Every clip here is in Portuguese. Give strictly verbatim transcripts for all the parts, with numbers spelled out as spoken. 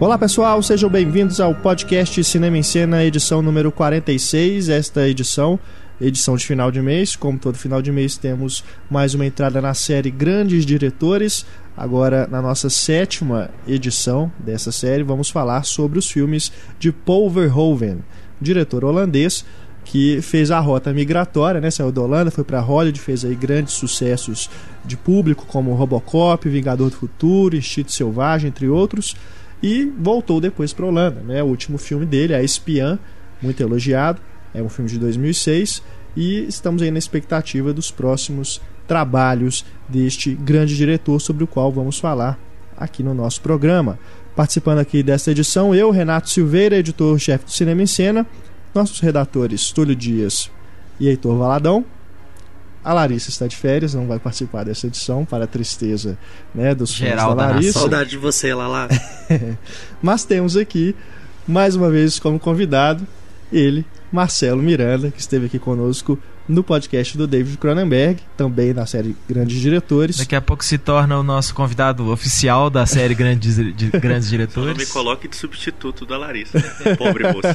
Olá pessoal, sejam bem-vindos ao podcast Cinema em Cena, edição número quarenta e seis. Esta edição, edição de final de mês. Como todo final de mês temos mais uma entrada na série Grandes Diretores. Agora, na nossa sétima edição dessa série, vamos falar sobre os filmes de Paul Verhoeven, diretor holandês que fez a rota migratória, né? Saiu da Holanda, foi para Hollywood, fez aí grandes sucessos de público como Robocop, Vingador do Futuro, Instinto Selvagem, entre outros. E voltou depois para a Holanda, né? O último filme dele, A Espiã, muito elogiado, é um filme de dois mil e seis, e estamos aí na expectativa dos próximos trabalhos deste grande diretor, sobre o qual vamos falar aqui no nosso programa. Participando aqui desta edição, eu, Renato Silveira, editor-chefe do Cinema em Cena, nossos redatores Túlio Dias e Heitor Valadão. A Larissa está de férias, não vai participar dessa edição, para a tristeza, né, dos fãs da Larissa. Saudade de você, Lala. Mas temos aqui, mais uma vez como convidado, ele, Marcelo Miranda, que esteve aqui conosco no podcast do David Cronenberg, também na série Grandes Diretores. Daqui a pouco se torna o nosso convidado oficial da série Grandes, de, Grandes Diretores. Só não me coloque de substituto da Larissa, né? Pobre moça.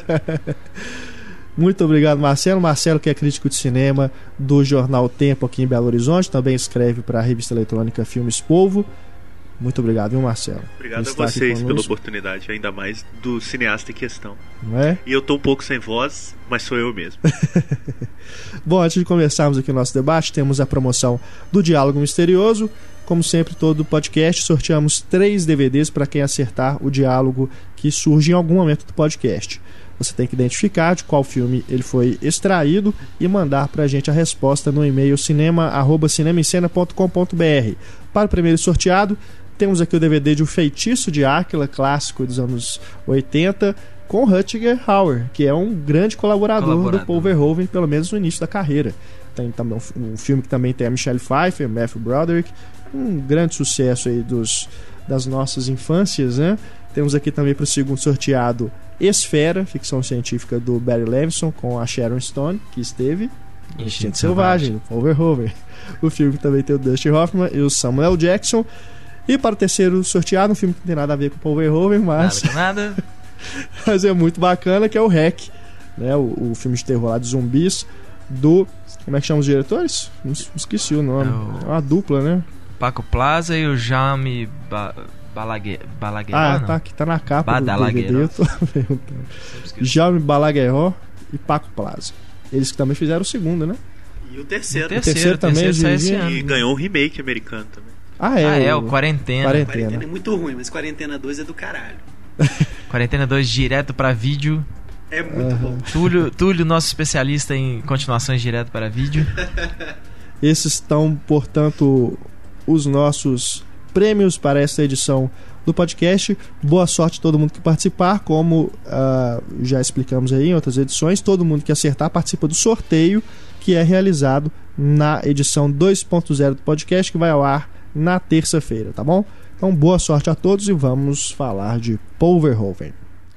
Muito obrigado, Marcelo. Marcelo, que é crítico de cinema do jornal Tempo aqui em Belo Horizonte, também escreve para a revista eletrônica Filmes Polvo. Muito obrigado, viu, Marcelo? Obrigado a vocês pela oportunidade, ainda mais do cineasta em questão. Não é? E eu tô um pouco sem voz, mas sou eu mesmo. Bom, antes de começarmos aqui o nosso debate, temos a promoção do Diálogo Misterioso. Como sempre, todo podcast, sorteamos três D V Ds para quem acertar o diálogo que surge em algum momento do podcast. Você tem que identificar de qual filme ele foi extraído e mandar pra gente a resposta no e-mail cinema arroba cinemaencena ponto com ponto b r. Para o primeiro sorteado, temos aqui o D V D de O Feitiço de Áquila, clássico dos anos oitenta, com Rutger Hauer, que é um grande colaborador, colaborador. do Paul Verhoeven, pelo menos no início da carreira. Tem também um, um filme que também tem a Michelle Pfeiffer, Matthew Broderick, um grande sucesso aí dos, das nossas infâncias, né? Temos aqui também para o segundo sorteado Esfera, ficção científica do Barry Levinson, com a Sharon Stone, que esteve em Instinto Selvagem, do Paul Verhoeven. O filme também tem o Dustin Hoffman e o Samuel Jackson. E para o terceiro sorteado, um filme que não tem nada a ver com o Paul Verhoeven, mas, nada, nada. mas é muito bacana, que é o Hack, né? o, o filme de terror lá de zumbis do... Como é que chama os diretores? Esqueci o nome. É, o... é uma dupla, né? Paco Plaza e o Jaime... Ba... Balaguer... Balagueró, ah, não? tá aqui, tá na capa do D V D, eu tô perguntando. Jaume Balagueró e Paco Plaza. Eles que também fizeram o segundo, né? E o terceiro. O terceiro, o terceiro também. Terceiro terceiro e ganhou um remake americano também. Ah, é? Ah, é, o, o Quarentena. Quarentena. Quarentena é muito ruim, mas Quarentena dois é do caralho. Quarentena dois direto pra vídeo. É muito uhum. bom. Túlio, Túlio, nosso especialista em continuações direto para vídeo. Esses estão, portanto, os nossos prêmios para esta edição do podcast. Boa sorte a todo mundo que participar. Como uh, já explicamos aí em outras edições, todo mundo que acertar participa do sorteio, que é realizado na edição dois ponto zero do podcast, que vai ao ar na terça-feira, tá bom? Então, boa sorte a todos e vamos falar de Paul Verhoeven.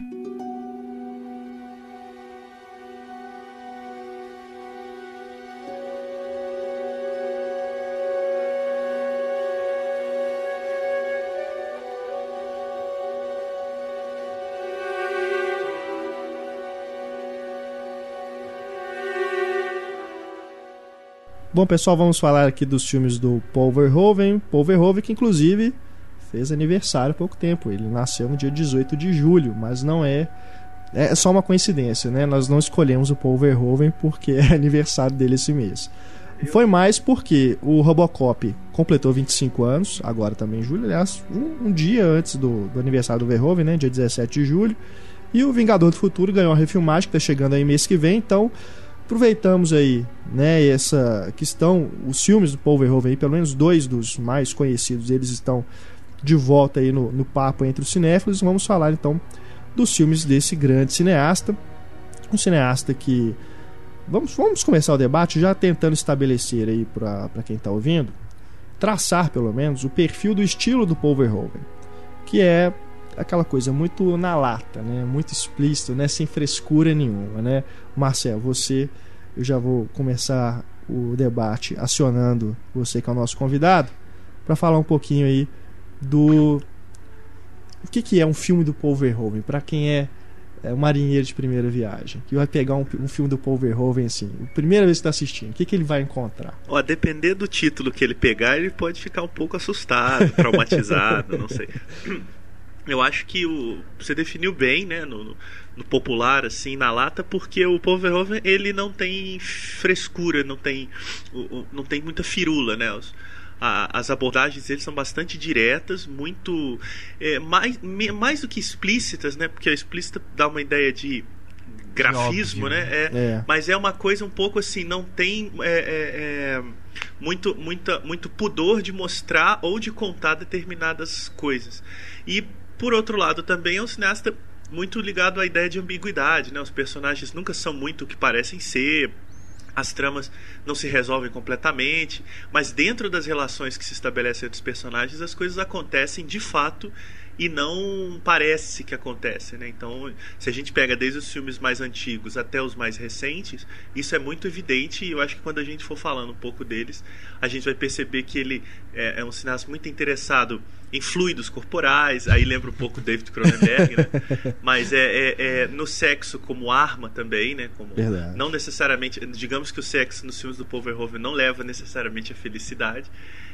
Bom, pessoal, vamos falar aqui dos filmes do Paul Verhoeven. Paul Verhoeven, que inclusive fez aniversário há pouco tempo. Ele nasceu no dia dezoito de julho, mas não é... É só uma coincidência, né? Nós não escolhemos o Paul Verhoeven porque é aniversário dele esse mês. Foi mais porque o Robocop completou vinte e cinco anos, agora também em julho, aliás, um, um dia antes do, do aniversário do Verhoeven, né? Dia dezessete de julho. E o Vingador do Futuro ganhou uma refilmagem que está chegando aí mês que vem, então... Aproveitamos aí, né, essa questão, os filmes do Paul Verhoeven, aí, pelo menos dois dos mais conhecidos, eles estão de volta aí no, no papo entre os cinéfilos. Vamos falar então dos filmes desse grande cineasta, um cineasta que... Vamos, vamos começar o debate já tentando estabelecer aí para quem está ouvindo, traçar pelo menos o perfil do estilo do Paul Verhoeven, que é aquela coisa muito na lata, né? Muito explícito, né? Sem frescura nenhuma, né? Marcelo, você, eu já vou começar o debate acionando você, que é o nosso convidado, para falar um pouquinho aí do o que, que é um filme do Paul Verhoeven? Para quem é, é um marinheiro de primeira viagem, que vai pegar um, um filme do Paul Verhoeven assim, a primeira vez que está assistindo, o que, que ele vai encontrar? Ó, a depender do título que ele pegar, ele pode ficar um pouco assustado, traumatizado, não sei. Eu acho que o, você definiu bem, né, no, no, no popular, assim, na lata, porque o Paul Verhoeven, ele não tem frescura, não tem, o, o, não tem muita firula, né? Os, a, as abordagens dele são bastante diretas, muito é, mais, me, mais do que explícitas, né? Porque a explícita dá uma ideia de grafismo, óbvio, né? É, é. Mas é uma coisa um pouco assim, não tem é, é, é, muito, muita, muito pudor de mostrar ou de contar determinadas coisas. E por outro lado, também é um cineasta muito ligado à ideia de ambiguidade, né? Os personagens nunca são muito o que parecem ser, as tramas não se resolvem completamente, mas dentro das relações que se estabelecem entre os personagens, as coisas acontecem de fato e não parece que acontece, né? Então, se a gente pega desde os filmes mais antigos até os mais recentes, isso é muito evidente, e eu acho que quando a gente for falando um pouco deles, a gente vai perceber que ele é, é um cineasta muito interessado em fluidos corporais, aí lembra um pouco David Cronenberg, né? Mas é, é, é no sexo como arma também, né? Como Verdade. Não necessariamente, digamos que o sexo nos filmes do Paul Verhoeven não leva necessariamente à felicidade,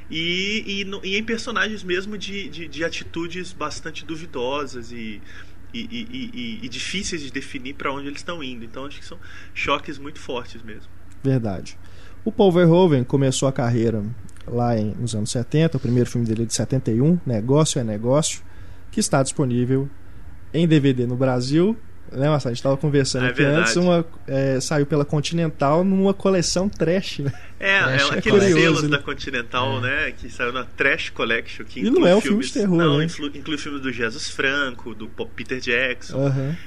e, e, no, e em personagens mesmo de, de, de atitudes bastante duvidosas e, e, e, e, e difíceis de definir para onde eles estão indo. Então acho que são choques muito fortes mesmo. Verdade. O Paul Verhoeven começou a carreira lá em, nos anos setenta, o primeiro filme dele é de setenta e um, Negócio é Negócio, que está disponível em D V D no Brasil, né, Marcelo? A gente estava conversando é aqui antes, uma, é, saiu pela Continental numa coleção trash, né? É, trash é aqueles é selos né? da Continental, é. né, que saiu na Trash Collection, que e inclui não é um filmes, filme de terror, não, né? inclui, inclui filmes do Jesus Franco, do Peter Jackson, uhum.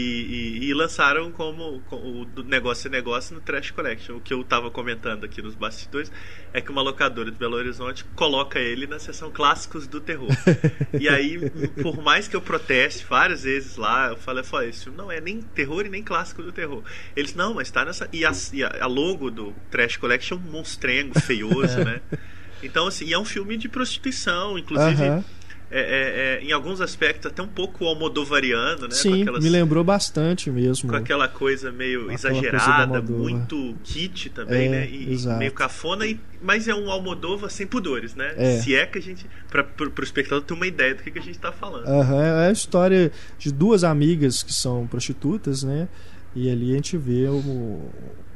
e, e, e lançaram como, como o do Negócio é Negócio no Trash Collection. O que eu estava comentando aqui nos bastidores é que uma locadora de Belo Horizonte coloca ele na seção clássicos do terror. E aí, por mais que eu proteste várias vezes lá, eu falei, eu falei, esse filme não é nem terror e nem clássico do terror. Eles, não, mas tá nessa... E a, e a logo do Trash Collection é um monstrengo feioso, é. né? Então, assim, e é um filme de prostituição, inclusive... Uh-huh. É, é, é, em alguns aspectos até um pouco almodovariano, né? Sim, com aquelas, me lembrou bastante mesmo. com aquela coisa meio aquela exagerada, coisa muito kit também, é, né? E exato. meio cafona, e, mas é um Almodóvar sem pudores, né? É. Se é que a gente, para o espectador ter uma ideia do que, que a gente está falando. Uhum, é a história de duas amigas que são prostitutas, né? E ali a gente vê o,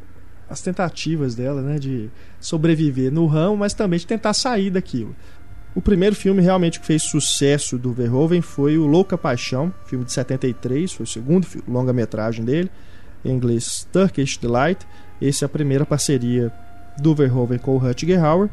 as tentativas dela, né? De sobreviver no ramo, mas também de tentar sair daquilo. O primeiro filme realmente que fez sucesso do Verhoeven foi o Louca Paixão, filme de setenta e três, foi o segundo longa-metragem dele, em inglês Turkish Delight. Essa é a primeira parceria do Verhoeven com o Rutger Hauer.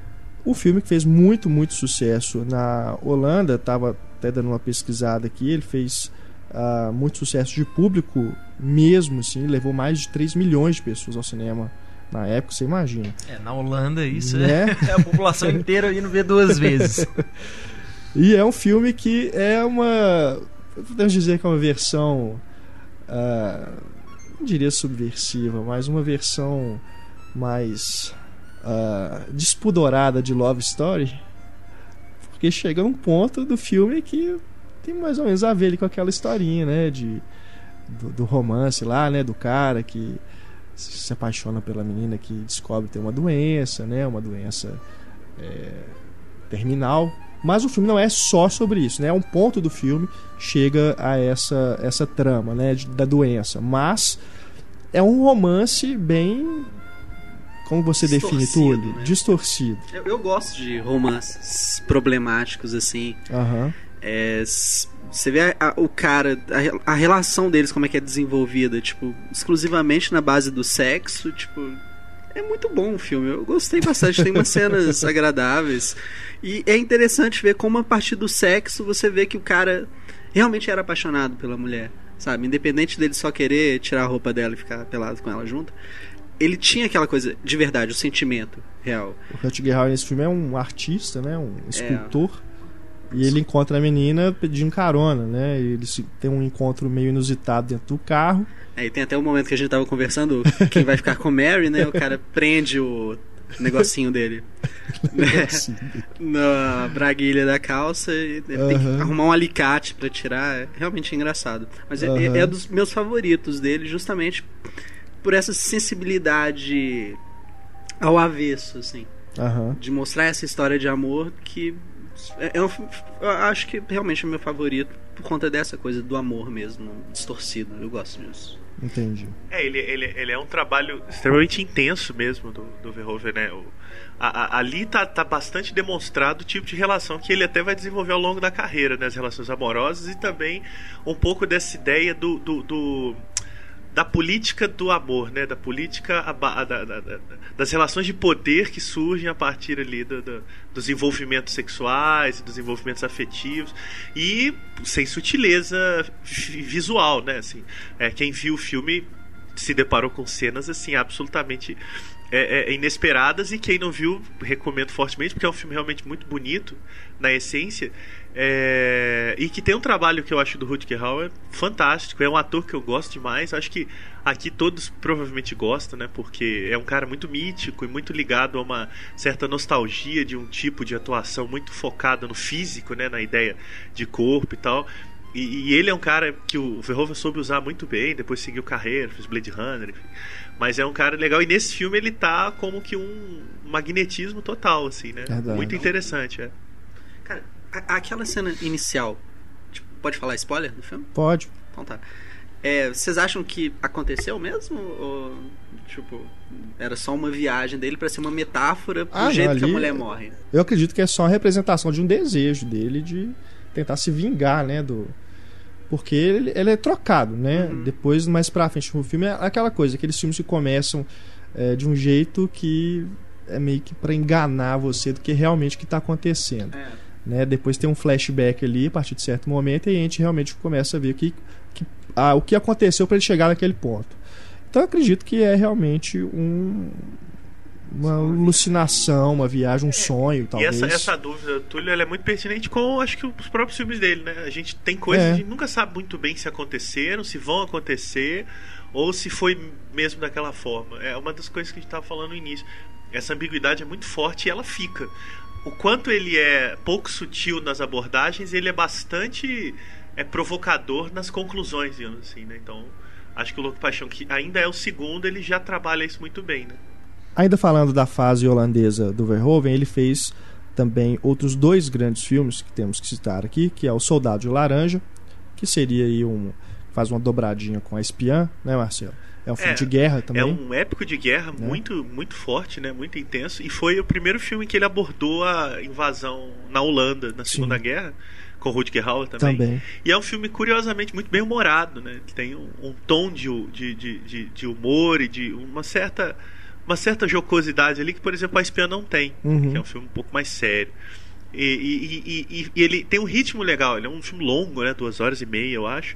O filme que fez muito, muito sucesso na Holanda, estava até dando uma pesquisada aqui, ele fez uh, muito sucesso de público mesmo, assim, levou mais de três milhões de pessoas ao cinema na época, você imagina. É, na Holanda isso né? é a população inteira indo ver duas vezes. E é um filme que é uma... podemos dizer que é uma versão... Uh, não diria subversiva, mas uma versão mais uh, despudorada de Love Story. Porque chega num ponto do filme que tem mais ou menos a ver ali com aquela historinha, né? De, do, do romance lá, né? Do cara que se apaixona pela menina que descobre ter uma doença, né? Uma doença é, terminal. Mas o filme não é só sobre isso, né? Um ponto do filme chega a essa, essa trama, né? De, da doença. Mas é um romance bem... Como você define, Túlio? Né? Distorcido. Eu, eu gosto de romances problemáticos, assim. Aham. É, você vê a, a, o cara, a, a relação deles, como é que é desenvolvida, tipo, exclusivamente na base do sexo, tipo, é muito bom o filme, eu gostei bastante, tem umas cenas agradáveis, e é interessante ver como a partir do sexo você vê que o cara realmente era apaixonado pela mulher, sabe, independente dele só querer tirar a roupa dela e ficar pelado com ela junto, ele tinha aquela coisa de verdade, o sentimento real. O Rutger Hauer nesse filme é um artista, né, um escultor. É. E ele encontra a menina pedindo carona, né? E eles têm um encontro meio inusitado dentro do carro. É, e tem até o momento que a gente tava conversando, quem vai ficar com Mary, né? O cara prende o, negocinho dele. Na braguilha da calça, ele uhum. tem que arrumar um alicate pra tirar. É realmente engraçado. Mas uhum. é, é dos meus favoritos dele, justamente por essa sensibilidade ao avesso, assim. Uhum. De mostrar essa história de amor que é, é um, eu acho que realmente é meu favorito por conta dessa coisa do amor mesmo, distorcido. Eu gosto disso. Entendi. É, ele, ele, ele é um trabalho extremamente intenso mesmo do, do Verhoeven, né? O, a, a, ali tá, tá bastante demonstrado o tipo de relação que ele até vai desenvolver ao longo da carreira, né? As relações amorosas e também um pouco dessa ideia do, do, do da política do amor, né? Da política a, a, da, da, da, das relações de poder que surgem a partir ali do, do, dos envolvimentos sexuais, dos envolvimentos afetivos e sem sutileza visual, né? Assim, é, quem viu o filme se deparou com cenas assim absolutamente é, é, inesperadas, e quem não viu recomendo fortemente, porque é um filme realmente muito bonito na essência. É, e que tem um trabalho que eu acho do Rutger Hauer fantástico. É um ator que eu gosto demais. Acho que aqui todos provavelmente gostam, né? Porque é um cara muito mítico e muito ligado a uma certa nostalgia de um tipo de atuação muito focada no físico, né? Na ideia de corpo e tal. E, e ele é um cara que o Verhoeven soube usar muito bem. Depois seguiu carreira, fez Blade Runner, enfim. Mas é um cara legal. E nesse filme ele tá como que um magnetismo total, assim, né? Verdade. Muito interessante, é. Cara, aquela cena inicial, tipo, pode falar spoiler do filme? Pode. Então tá. É, vocês acham que aconteceu mesmo? Ou, tipo, era só uma viagem dele pra ser uma metáfora pro ah, jeito não, ali, que a mulher morre? Eu acredito que é só a representação de um desejo dele de tentar se vingar, né? Do... Porque ele, ele é trocado, né? Uhum. Depois, mais pra frente no filme, é aquela coisa, aqueles filmes que começam é, de um jeito que é meio que pra enganar você do que realmente que tá acontecendo. É. Né? Depois tem um flashback ali a partir de certo momento e a gente realmente começa a ver que, que, ah, o que aconteceu para ele chegar naquele ponto. Então eu acredito que é realmente um, uma alucinação, uma viagem, um sonho, talvez. E essa, essa dúvida, Túlio, ela é muito pertinente com, acho que, os próprios filmes dele, né? A gente tem coisas é. que a gente nunca sabe muito bem se aconteceram, se vão acontecer ou se foi mesmo daquela forma. É uma das coisas que a gente estava falando no início. Essa ambiguidade é muito forte e ela fica. O quanto ele é pouco sutil nas abordagens, ele é bastante é, provocador nas conclusões, digamos assim, né? Então, acho que o Louco Paixão, que ainda é o segundo, ele já trabalha isso muito bem, né? Ainda falando da fase holandesa do Verhoeven, ele fez também outros dois grandes filmes que temos que citar aqui, que é O Soldado de Laranja, que seria aí um... faz uma dobradinha com A Espiã, né, Marcelo? É um filme é, de guerra também. É um épico de guerra é. muito, muito forte, né? Muito intenso. E foi o primeiro filme que ele abordou a invasão na Holanda, na Segunda Sim. Guerra, com Rutger Hauer também. também. E é um filme, curiosamente, muito bem humorado, né? Tem um, um tom de, de, de, de humor e de uma certa, uma certa jocosidade ali que, por exemplo, A Espiã não tem. Uhum. Que é um filme um pouco mais sério. E, e, e, e, e ele tem um ritmo legal. Ele é um filme longo, né? Duas horas e meia, eu acho.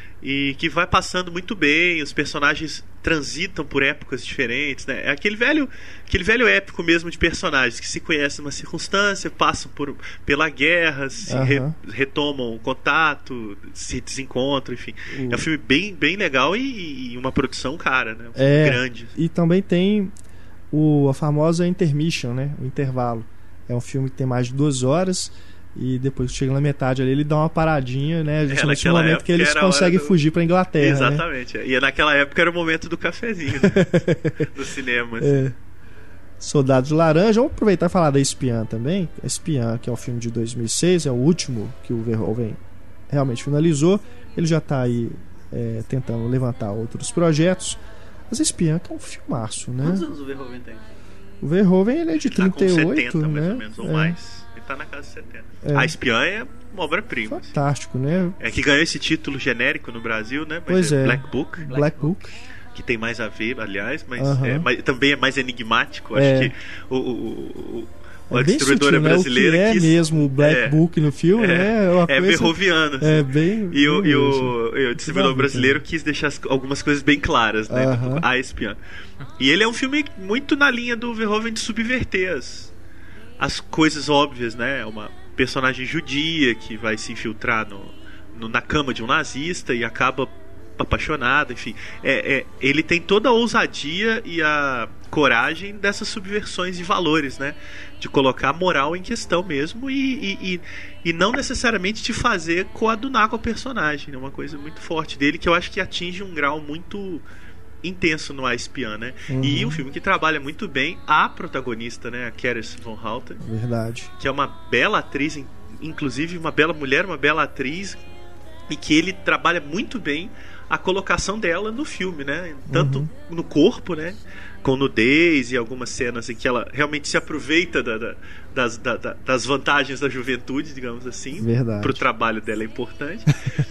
E que vai passando muito bem, os personagens transitam por épocas diferentes, né? É aquele velho, aquele velho épico mesmo de personagens que se conhecem numa circunstância, passam por, pela guerra, se uhum. re, retomam o contato, se desencontram, enfim. Uhum. É um filme bem, bem legal e, e uma produção cara, né? Um filme é, grande. E também tem o, a famosa intermission, né? O intervalo. É um filme que tem mais de duas horas. E depois que chega na metade ali, ele dá uma paradinha, né? Justamente é, no momento que eles conseguem do... fugir pra Inglaterra. Exatamente. Né? E naquela época era o momento do cafezinho, né? do cinema. Assim. É. Soldado de Laranja. Vamos aproveitar e falar da Espiã também. Espiã, que é um filme de dois mil e seis, é o último que o Verhoeven realmente finalizou. Ele já tá aí é, tentando levantar outros projetos. Mas Espiã, que é um filmaço, né? Quantos anos o Verhoeven tem? O Verhoeven, ele é de trinta e oito, tá com setenta, né? mais ou menos, ou é. mais. Tá na casa de setenta. É. A Espiã é uma obra-prima. Fantástico, né? É que ganhou esse título genérico no Brasil, né? Mas pois é. Black Book. Black, Black Book. Que tem mais a ver, aliás, mas, uh-huh. é, mas também é mais enigmático. Acho é. que o, o, o, o é a distribuidora sutil, brasileira né? O que é quis... mesmo o Black é, Book no filme, é, né? É, uma é coisa... verhoeviano. Assim. É bem. E, o, bem e, o, e o distribuidor brasileiro quis deixar as, algumas coisas bem claras, né? Uh-huh. A Espiã. E ele é um filme muito na linha do Verhoeven de subverter as, as coisas óbvias, né? Uma personagem judia que vai se infiltrar no, no, na cama de um nazista e acaba apaixonada, enfim. É, é, ele tem toda a ousadia e a coragem dessas subversões de valores, né? De colocar a moral em questão mesmo e, e, e, e não necessariamente te fazer coadunar com o personagem. É uma coisa muito forte dele que eu acho que atinge um grau muito intenso no A Espiã, né? Uhum. E um filme que trabalha muito bem a protagonista, né? A Katniss von Houten. Verdade. Que é uma bela atriz, inclusive uma bela mulher, uma bela atriz, e que ele trabalha muito bem a colocação dela no filme, né? Tanto uhum. no corpo, né? Com nudez e algumas cenas em que ela realmente se aproveita da, da, das, da, das vantagens da juventude, digamos assim. Verdade. Pro trabalho dela é importante.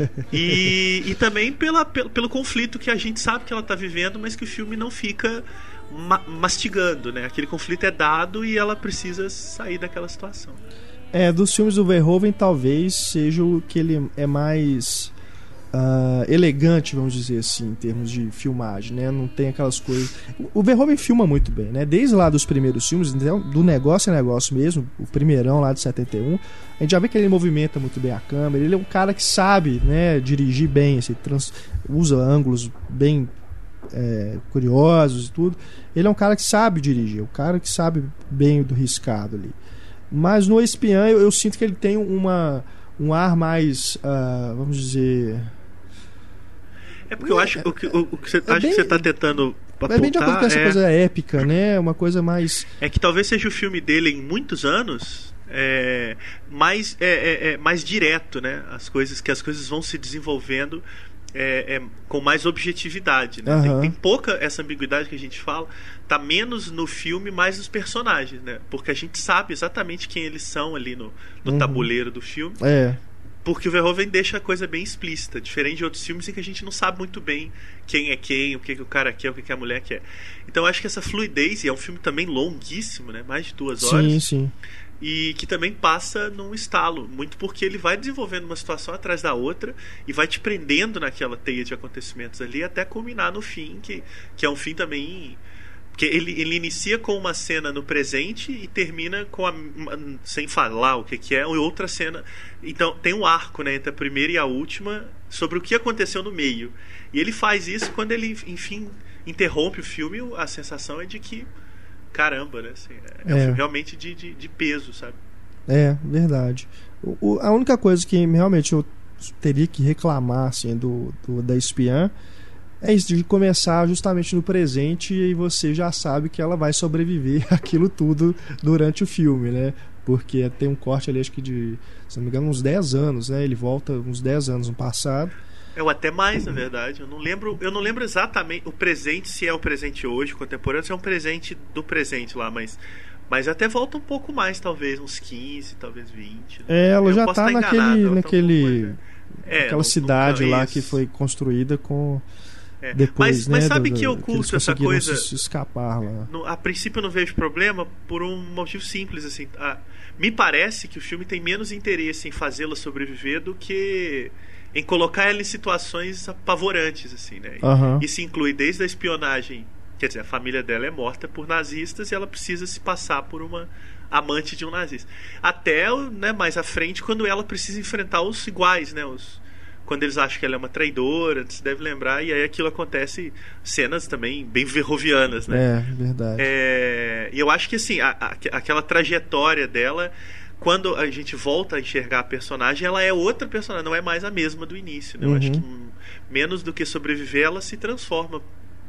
e, e também pela, pelo, pelo conflito que a gente sabe que ela está vivendo, mas que o filme não fica ma- mastigando, né? Aquele conflito é dado e ela precisa sair daquela situação. É, dos filmes do Verhoeven talvez seja o que ele é mais uh, elegante, vamos dizer assim, em termos de filmagem, né? Não tem aquelas coisas... O Verhoeven filma muito bem, né? Desde lá dos primeiros filmes, então, do Negócio é Negócio mesmo, o primeirão lá de setenta e um, a gente já vê que ele movimenta muito bem a câmera, ele é um cara que sabe, né, dirigir bem, assim, trans... usa ângulos bem é, curiosos e tudo. Ele é um cara que sabe dirigir, um cara que sabe bem do riscado ali. Mas no Espiã eu, eu sinto que ele tem uma, um ar mais, uh, vamos dizer... É porque eu acho, é, o que, o, o que você, é acho bem, que você está tentando apontar... É bem de acordo com essa é, coisa épica, né? Uma coisa mais... É que talvez seja o filme dele em muitos anos é, mais, é, é, é, mais direto, né? As coisas, que as coisas vão se desenvolvendo é, é, com mais objetividade, né? Uhum. Tem, tem pouca essa ambiguidade que a gente fala. Tá menos no filme, mais nos personagens, né? Porque a gente sabe exatamente quem eles são ali no, no uhum. tabuleiro do filme. É. Porque o Verhoeven deixa a coisa bem explícita, diferente de outros filmes em que a gente não sabe muito bem quem é quem, o que, que o cara quer, o que, que a mulher quer. Então eu acho que essa fluidez, e é um filme também longuíssimo, né? Mais de duas horas. Sim, sim. E que também passa num estalo, muito porque ele vai desenvolvendo uma situação atrás da outra e vai te prendendo naquela teia de acontecimentos ali até culminar no fim, que, que é um fim também... Porque ele, ele inicia com uma cena no presente e termina com a, uma, sem falar o que, que é, outra cena. Então tem um arco, né, entre a primeira e a última sobre o que aconteceu no meio. E ele faz isso quando ele, enfim, interrompe o filme. A sensação é de que, caramba, né, assim, é, é um filme realmente de, de, de peso, sabe? É, verdade. O, o, a única coisa que realmente eu teria que reclamar assim, do, do, da Espiã é isso, de começar justamente no presente e você já sabe que ela vai sobreviver àquilo tudo durante o filme, né? Porque tem um corte ali, acho que de, se não me engano, uns dez anos, né? Ele volta uns dez anos no passado. É, ou até mais, na verdade. Eu não lembro, eu não lembro exatamente o presente, se é o presente hoje, contemporâneo, se é um presente do presente lá, mas... Mas até volta um pouco mais, talvez, uns quinze, talvez vinte. Né? É, ela eu já tá naquele... enganado, naquele tá um é, aquela não, cidade não, lá isso. que foi construída com... É. Depois, mas, mas né, sabe do, que eu do, curto que essa coisa se escapar lá. No, a princípio eu não vejo problema por um motivo simples assim. Ah, me parece que o filme tem menos interesse em fazê-la sobreviver do que em colocar ela em situações apavorantes assim, né? Uhum. Isso inclui desde a espionagem, quer dizer, a família dela é morta por nazistas e ela precisa se passar por uma amante de um nazista, até, né, mais à frente, quando ela precisa enfrentar os iguais, né, os quando eles acham que ela é uma traidora, você deve lembrar, e aí aquilo acontece, cenas também bem verhoevianas, né? É, verdade. É, e eu acho que, assim, a, a, aquela trajetória dela, quando a gente volta a enxergar a personagem, ela é outra personagem, não é mais a mesma do início, né? Eu uhum. acho que menos do que sobreviver, ela se transforma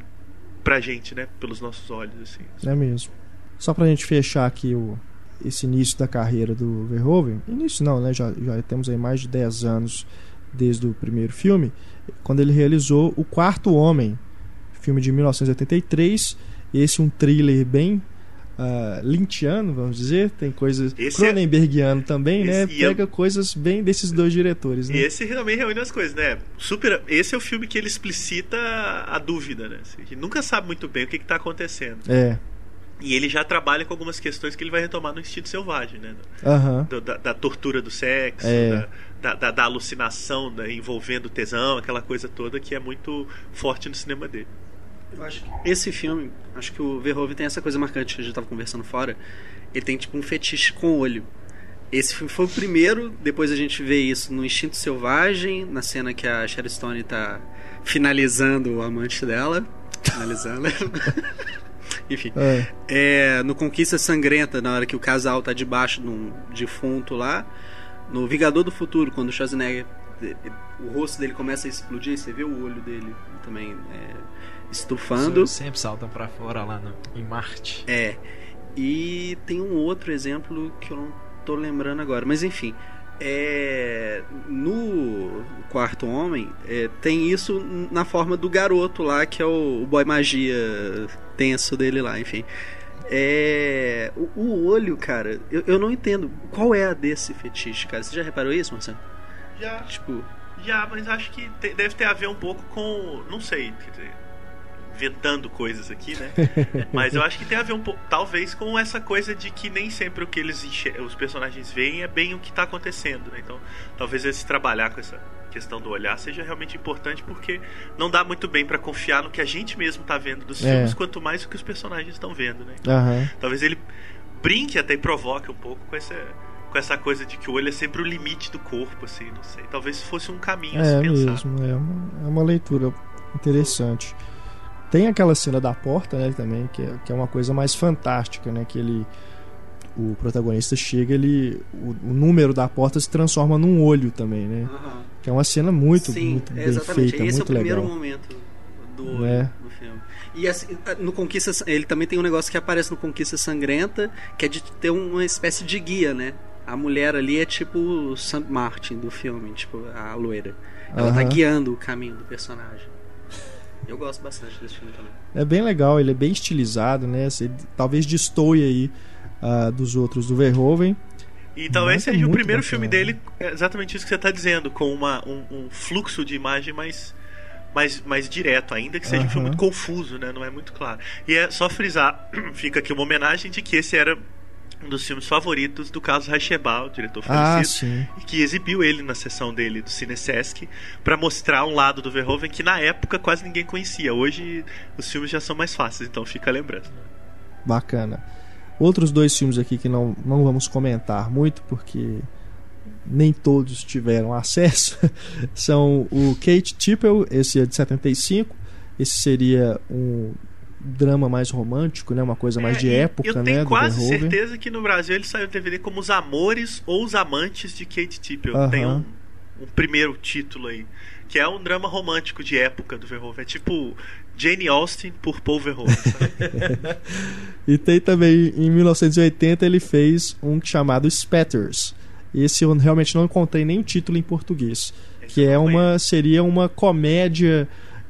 pra gente, né? Pelos nossos olhos, assim. É mesmo. Só pra gente fechar aqui o, esse início da carreira do Verhoeven, início não, né? Já, já temos aí mais de dez anos desde o primeiro filme, quando ele realizou O Quarto Homem, filme de mil novecentos e oitenta e três, esse um thriller bem uh, lynchiano, vamos dizer, tem coisas esse Cronenbergiano é... também, esse, né? Pega eu... coisas bem desses dois diretores, né? E esse também reúne as coisas, né? Super... Esse é o filme que ele explicita a dúvida, né? A gente nunca sabe muito bem o que está acontecendo. É. E ele já trabalha com algumas questões que ele vai retomar no Instinto Selvagem, né? Uhum. Do, da, da tortura do sexo, é. da, da, da alucinação, né, envolvendo tesão, aquela coisa toda que é muito forte no cinema dele. Eu acho que esse filme, acho que o Verhoeven tem essa coisa marcante que a gente estava conversando fora. Ele tem tipo um fetiche com o olho. esse filme foi o primeiro, depois a gente vê isso no Instinto Selvagem, na cena que a Sharon Stone tá finalizando o amante dela. Finalizando. Enfim. É. É, no Conquista Sangrenta, na hora que o casal tá debaixo de um defunto lá. No Vingador do Futuro, quando o Schwarzenegger, o rosto dele começa a explodir, você vê o olho dele também é, estufando. Os sempre saltam pra fora lá no, em Marte. É. E tem um outro exemplo que eu não tô lembrando agora, mas enfim. É, no Quarto Homem é, tem isso na forma do garoto lá, que é o, o boy magia tenso dele lá, enfim. É, o, o olho, cara, eu, eu não entendo qual é a desse fetiche, cara. Você já reparou isso, Marcelo? Já. Tipo, já, mas acho que te, deve ter a ver um pouco com, não sei, quer dizer, inventando coisas aqui, né? Mas eu acho que tem a ver um pouco, talvez, com essa coisa de que nem sempre o que eles enxer- os personagens veem é bem o que está acontecendo, né? Então, talvez eles trabalhar com essa questão do olhar seja realmente importante, porque não dá muito bem para confiar no que a gente mesmo tá vendo dos é. filmes, quanto mais o que os personagens estão vendo, né? Então, uhum. talvez ele brinque até e provoque um pouco com essa, com essa coisa de que o olho é sempre o limite do corpo, assim, não sei. Talvez fosse um caminho é, a se pensar. Mesmo, é uma, é uma leitura interessante. Tem aquela cena da porta, né, também, que é, que é uma coisa mais fantástica, né, que ele, o protagonista chega, ele, o, o número da porta se transforma num olho também, né, uhum. que é uma cena muito, Sim, muito bem exatamente. feita, esse muito é o legal. primeiro momento do olho é. no filme. E assim, no Conquista, ele também tem um negócio que aparece no Conquista Sangrenta, que é de ter uma espécie de guia, né, a mulher ali é tipo o Sam Martin do filme, tipo a loira, ela uhum. tá guiando o caminho do personagem. Eu gosto bastante desse filme também. É bem legal, ele é bem estilizado, né? Você, talvez destoie aí uh, dos outros do Verhoeven. E talvez seja é o primeiro bacana. Filme dele, exatamente isso que você está dizendo, com uma, um, um fluxo de imagem mais, mais, mais direto, ainda que seja uh-huh. um filme muito confuso, né? Não é muito claro. E é só frisar, fica aqui uma homenagem de que esse era um dos filmes favoritos do Carlos Reichenbach, o diretor falecido, ah, e que exibiu ele na sessão dele do Cine Sesc para mostrar um lado do Verhoeven que na época quase ninguém conhecia. Hoje os filmes já são mais fáceis, então fica lembrando. Bacana. Outros dois filmes aqui que não, não vamos comentar muito porque nem todos tiveram acesso são o Kate Tipple, esse é de setenta e cinco, esse seria um drama mais romântico, né? Uma coisa é, mais de época, eu né? Eu tenho quase Verhoeven. certeza que no Brasil ele saiu D V D como Os Amores ou Os Amantes de Kate Tipple. Uh-huh. Tem um, um primeiro título aí, que é um drama romântico de época do Verhoeven. É tipo Jane Austen por Paul Verhoeven. E tem também, em mil novecentos e oitenta, ele fez um chamado Spatters. Esse eu realmente não encontrei nem o título em português. Esse que é uma, seria uma comédia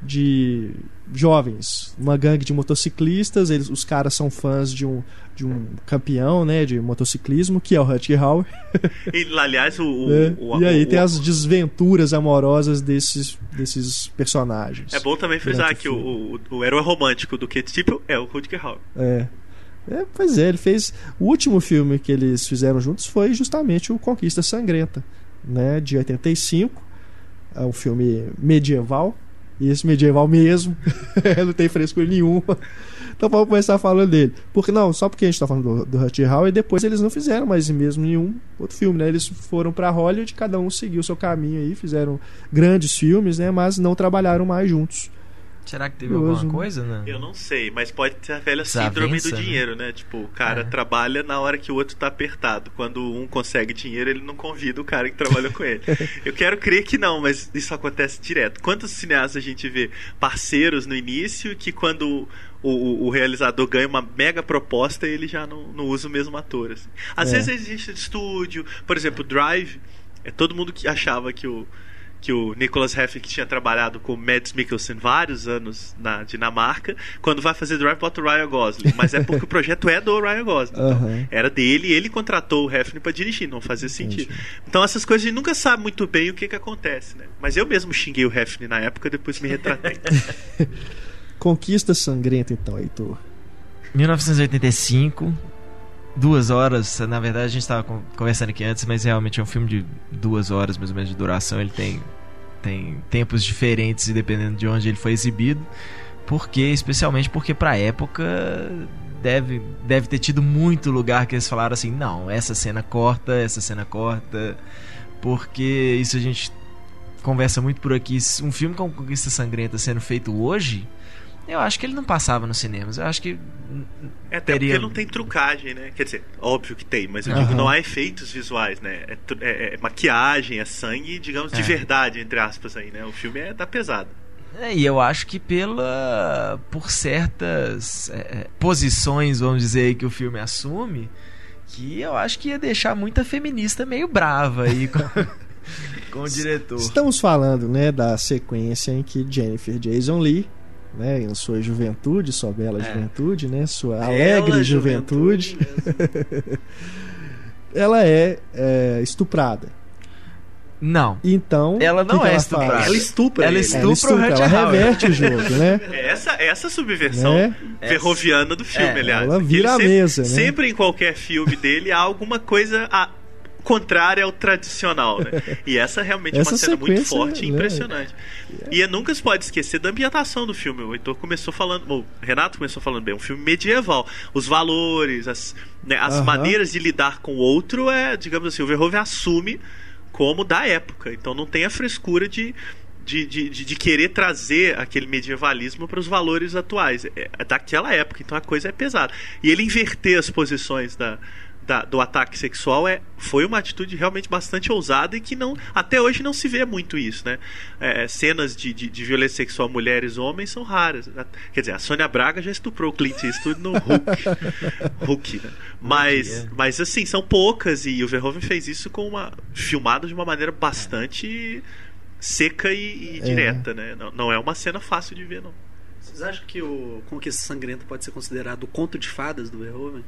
de jovens, uma gangue de motociclistas, eles, os caras são fãs de um, de um campeão, né, de motociclismo, que é o Rutger Hauer. E, aliás, o, o, é, o, e aí o, tem o, as desventuras amorosas desses, desses personagens. É bom também frisar que o, o, o herói romântico do Kate Tipple é o Rutger Hauer. É. é. Pois é, ele fez... O último filme que eles fizeram juntos foi justamente o Conquista Sangrenta, né, de oitenta e cinco. É um filme medieval. E esse medieval mesmo, não tem frescura nenhuma. Então vamos começar falando dele. Porque não, só porque a gente está falando do, do Rutger Hauer, e depois eles não fizeram mais mesmo nenhum outro filme, né? Eles foram para Hollywood, cada um seguiu o seu caminho aí, fizeram grandes filmes, né? Mas não trabalharam mais juntos. Será que teve Curioso. alguma coisa, né? Eu não sei, mas pode ter a velha síndrome Desavença, do dinheiro, né? Tipo, o cara é. trabalha na hora que o outro tá apertado. Quando um consegue dinheiro, ele não convida o cara que trabalhou com ele. Eu quero crer que não, mas isso acontece direto. Quantos cineastas a gente vê parceiros no início que quando o, o, o realizador ganha uma mega proposta, ele já não, não usa o mesmo ator, assim. Às é. vezes existe estúdio, por exemplo, Drive, é todo mundo que achava que o que o Nicholas Refn, que tinha trabalhado com o Mads Mikkelsen vários anos na Dinamarca, quando vai fazer Drive bota o Ryan Gosling, mas é porque o projeto é do Ryan Gosling, então, uhum. era dele e ele contratou o Refn para dirigir, não fazia sentido. Entendi. Então essas coisas a gente nunca sabe muito bem o que que acontece, né? Mas eu mesmo xinguei o Refn na época, depois me retratei. Conquista Sangrenta, então, Heitor. mil novecentos e oitenta e cinco, duas horas, na verdade a gente estava conversando aqui antes, mas realmente é um filme de duas horas mais ou menos de duração. Ele tem, tem tempos diferentes dependendo de onde ele foi exibido, porque especialmente porque pra época deve, deve ter tido muito lugar que eles falaram assim, não, essa cena corta, essa cena corta, porque isso a gente conversa muito por aqui. Um filme com Conquista Sangrenta sendo feito hoje, eu acho que ele não passava nos cinemas. Eu acho que é, até teria... porque não tem trucagem, né? Quer dizer, óbvio que tem, mas eu Uhum. digo, não há efeitos visuais, né? É, é, é maquiagem, é sangue, digamos, de É. verdade, entre aspas aí, né? O filme é da pesada. É, e eu acho que pela por certas é, posições, vamos dizer, aí, que o filme assume, que eu acho que ia deixar muita feminista meio brava aí com, com o diretor. Estamos falando, né, da sequência em que Jennifer Jason Leigh, né, em sua juventude, sua bela É. juventude, né, sua Bela alegre juventude, mesmo. ela é, é estuprada. Não, Então, Ela o que não que é ela estuprada. faz? Ela estupra Ela ele. estupra- Ela Estupra o estupra, ela Rutger Hauer. reverte o jogo, né? Essa, essa subversão Né? verroviana do filme, É, aliás. ela Que vira ele a sempre, mesa, né? Sempre em qualquer filme dele há alguma coisa a, contrária ao tradicional, né? E essa realmente é Essa uma cena muito sequência, forte e né? impressionante. E nunca se pode esquecer da ambientação do filme. O Heitor começou falando, o Renato começou falando bem, um filme medieval. Os valores, as, né, as Aham. maneiras de lidar com o outro é, digamos assim, o Verhoeven assume como da época. Então não tem a frescura de De, de, de, de querer trazer aquele medievalismo para os valores atuais. É, é daquela época, então a coisa é pesada. E ele inverter as posições da, da, do ataque sexual é, foi uma atitude realmente bastante ousada e que não, até hoje não se vê muito isso, né? É, cenas de, de, de violência sexual a mulheres e homens são raras. Quer dizer, a Sônia Braga já estuprou o Clint Eastwood no Hulk. Hulk, né? Mas, é. mas assim, são poucas e o Verhoeven fez isso com uma filmado de uma maneira bastante seca e, e É. direta, né? Não, não é uma cena fácil de ver, não. Vocês acham que o Conquista Sangrenta pode ser considerado o conto de fadas do Verhoeven?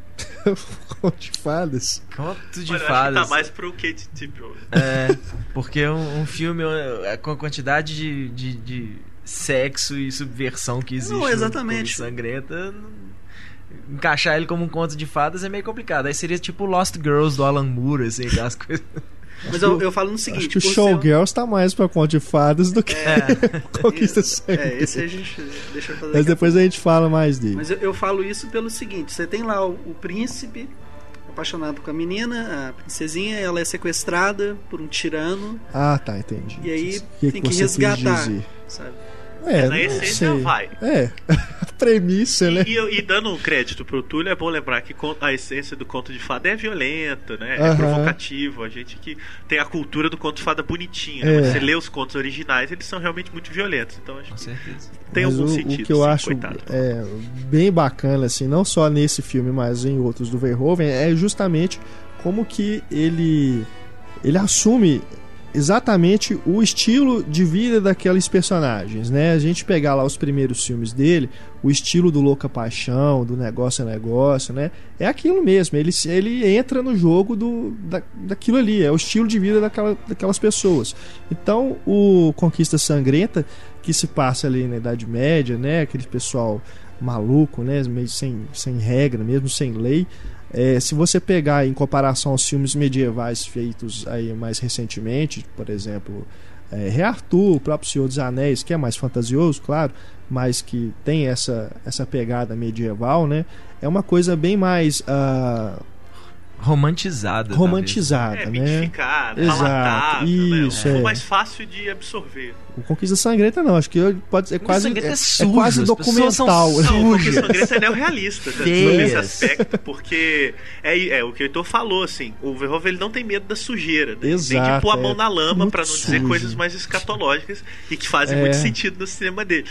Conto de fadas. conto de Olha, eu acho que fadas. tá mais pro Kate tipo. É, porque um, um filme é, com a quantidade de, de, de sexo e subversão que existe Não, exatamente. no Sangrenta, não- encaixar ele como um conto de fadas é meio complicado. Aí seria tipo Lost Girls do Alan Moore, assim, aquelas coisas. Mas eu, eu falo no seguinte... Acho que o por ser- Showgirls tá mais pra conto de fadas do que É. Conquista É, Sangrenta. esse a gente deixa eu fazer Mas daqui a depois a gente fala mais dele. Mas eu, eu falo isso pelo seguinte: você tem lá o, o príncipe apaixonado com a menina, a princesinha, ela é sequestrada por um tirano, Ah, tá, entendi. e aí O que, tem que que você quis resgatar, dizer? sabe? É, Na não essência, sei. vai. É, a premissa, né? E, e, e dando um crédito pro Túlio, é bom lembrar que con- a essência do conto de fada é violenta, né? É Aham. provocativo. A gente que tem a cultura do conto de fada bonitinho, né? É. Mas você lê os contos originais, eles são realmente muito violentos. Então acho Com que certeza. tem Mas algum o, sentido. o que eu sim, acho coitado. é, bem bacana, assim, não só nesse filme, mas em outros do Verhoeven, é justamente como que ele, ele assume exatamente o estilo de vida daqueles personagens, né? A gente pegar lá os primeiros filmes dele, o estilo do Louca Paixão, do Negócio é Negócio, né? É aquilo mesmo, ele, ele entra no jogo do, da, daquilo ali, é o estilo de vida daquela, daquelas pessoas. Então, o Conquista Sangrenta, que se passa ali na Idade Média, né? Aquele pessoal maluco, né? Meio sem, sem regra, mesmo sem lei. É, se você pegar em comparação aos filmes medievais feitos aí mais recentemente, por exemplo, é, Rei Arthur, o próprio Senhor dos Anéis, que é mais fantasioso, claro, mas que tem essa, essa pegada medieval, né? É uma coisa bem mais ah, Romantizada. romantizada, É, né? mitificar, Exato, palatável, né? isso, Um é. mais fácil de absorver. O Conquista Sangrenta não, acho que pode ser quase Sangrenta é é, é sujo, quase as pessoas são documental. sujas. Não, o Conquista Sangrenta é neorrealista né, Feias. nesse aspecto, porque é, é o que o Heitor falou, assim, o Verhoeven ele não tem medo da sujeira, né? Nem de Exato, pôr a é mão na lama muito pra não dizer sujo. coisas mais escatológicas e que fazem É. muito sentido no cinema dele.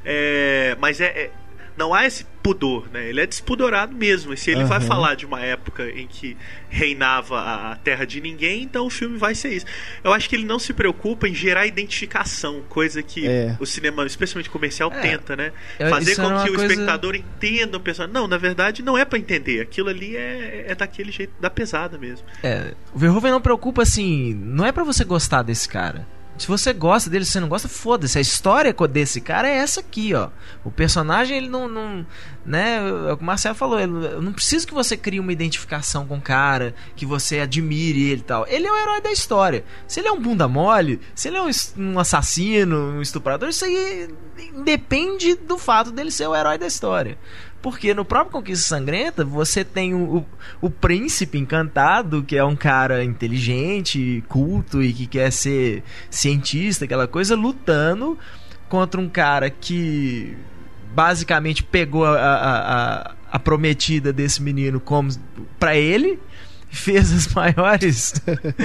É, mas é, é- não há esse pudor, né? Ele é despudorado mesmo. E se ele vai Aham. falar de uma época em que reinava a a terra de ninguém, então o filme vai ser isso. Eu acho que ele não se preocupa em gerar identificação, coisa que É. o cinema, especialmente comercial, É. tenta, né? Eu- Fazer isso com era uma que o coisa- espectador entenda o personagem. Não, na verdade, não é pra entender. Aquilo ali é, é daquele jeito, da pesada mesmo. É, o Verhoeven não preocupa assim, não é pra você gostar desse cara. Se você gosta dele, se você não gosta, foda-se. A história desse cara é essa aqui, ó. O personagem, ele não... não né, é o que o Marcelo falou, ele, eu não preciso que você crie uma identificação com o cara, que você admire ele e tal. Ele é o herói da história. Se ele é um bunda mole, se ele é um, es- um assassino, um estuprador, isso aí independe do fato dele ser o herói da história. Porque no próprio Conquista Sangrenta, você tem o, o, o príncipe encantado, que é um cara inteligente, culto e que quer ser cientista, aquela coisa, lutando contra um cara que basicamente pegou a, a, a, a prometida desse menino como pra ele, fez as maiores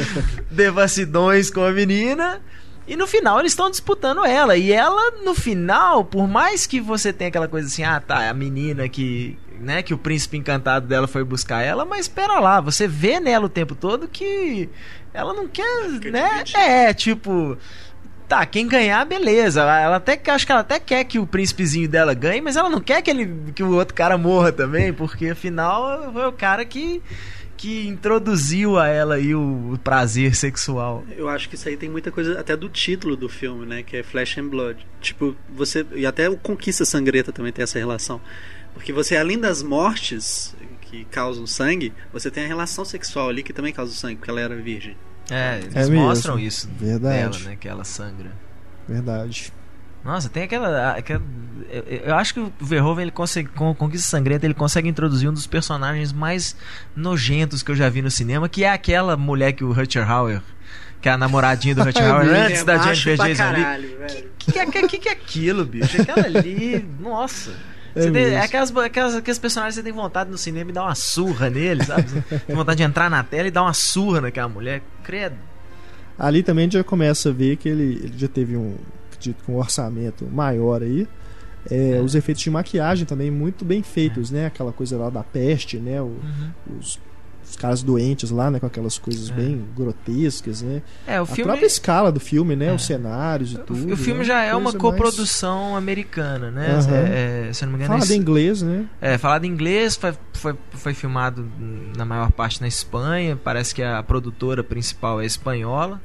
devassidões com a menina, e no final eles estão disputando ela. E ela, no final, por mais que você tenha aquela coisa assim, ah, tá, a menina que, né, que o príncipe encantado dela foi buscar ela, mas espera lá, você vê nela o tempo todo que ela não quer, né? É, tipo, tá, quem ganhar, beleza. Ela até, acho que ela até quer que o príncipezinho dela ganhe, mas ela não quer que, ele, que o outro cara morra também, porque afinal foi o cara que que introduziu a ela aí o, o prazer sexual. Eu acho que isso aí tem muita coisa até do título do filme, né, que é Flesh and Blood. Tipo, você, e até o Conquista Sangrenta também tem essa relação, porque você, além das mortes que causam sangue, você tem a relação sexual ali que também causa sangue, porque ela era virgem. É, eles é mostram mesmo. Isso Verdade. dela, né, que ela sangra. Verdade. Nossa, tem aquela, aquela eu, eu acho que o Verhoeven, ele consegue, com Conquista Sangrenta, ele consegue introduzir um dos personagens mais nojentos que eu já vi no cinema, que é aquela mulher que o Rutger Hauer, que é a namoradinha do Rutger Hauer antes é, da Jennifer pra Jason caralho, ali. velho. Que que, que, que que é aquilo, bicho? Aquela ali, nossa. É Você tem, mesmo. é aquelas, aquelas, aqueles personagens que você tem vontade no cinema e dar uma surra neles, sabe? Tem vontade de entrar na tela e dar uma surra naquela mulher. Credo. Ali também a gente já começa a ver que ele, ele já teve um, acredito, um orçamento maior aí. É, É. Os efeitos de maquiagem também muito bem feitos, né? Aquela coisa lá da peste, né? O, Uhum. os, os caras doentes lá, né? Com aquelas coisas É. bem grotescas, né? É, o A filme... própria escala do filme, né? É. Os cenários e O- tudo. O filme né? já é uma Coisa coprodução americana, né? Aham. É, é, se eu não me mais... engano, Fala é, em inglês, né? é falado em inglês, foi, foi, foi filmado na maior parte na Espanha. Parece que a produtora principal é espanhola.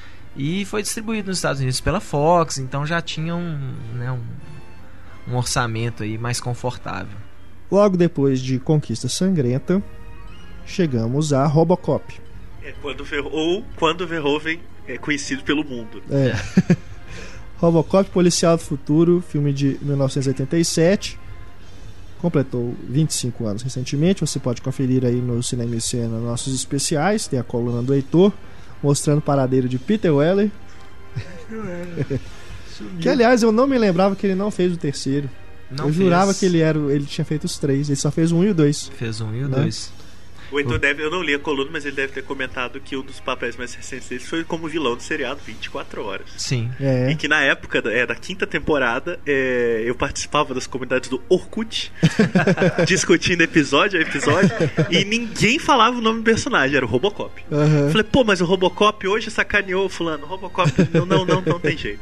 E foi distribuído nos Estados Unidos pela Fox, então já tinha um, né, um, um orçamento aí mais confortável. Logo depois de Conquista Sangrenta, chegamos a Robocop. É quando Ver... Ou quando o Verhoeven é conhecido pelo mundo. É. Robocop, Policial do Futuro, filme de mil novecentos e oitenta e sete. Completou vinte e cinco anos recentemente. Você pode conferir aí no Cinema e Cena nossos especiais. Tem a coluna do Heitor mostrando o paradeiro de Peter Weller. Que aliás eu não me lembrava que ele não fez o terceiro. Não eu jurava fez. que ele era, ele tinha feito os três. Ele só fez o um e o dois. Fez um e o Né? dois. O Heitor deve, eu não li a coluna, mas ele deve ter comentado que um dos papéis mais recentes dele foi como vilão do seriado vinte e quatro horas. Sim. É. E que na época da, é, da quinta temporada é, eu participava das comunidades do Orkut, discutindo episódio a episódio, e ninguém falava o nome do personagem, era o Robocop. Aham. Eu falei, pô, mas o Robocop hoje sacaneou o fulano. O Robocop não, não, não, não tem jeito.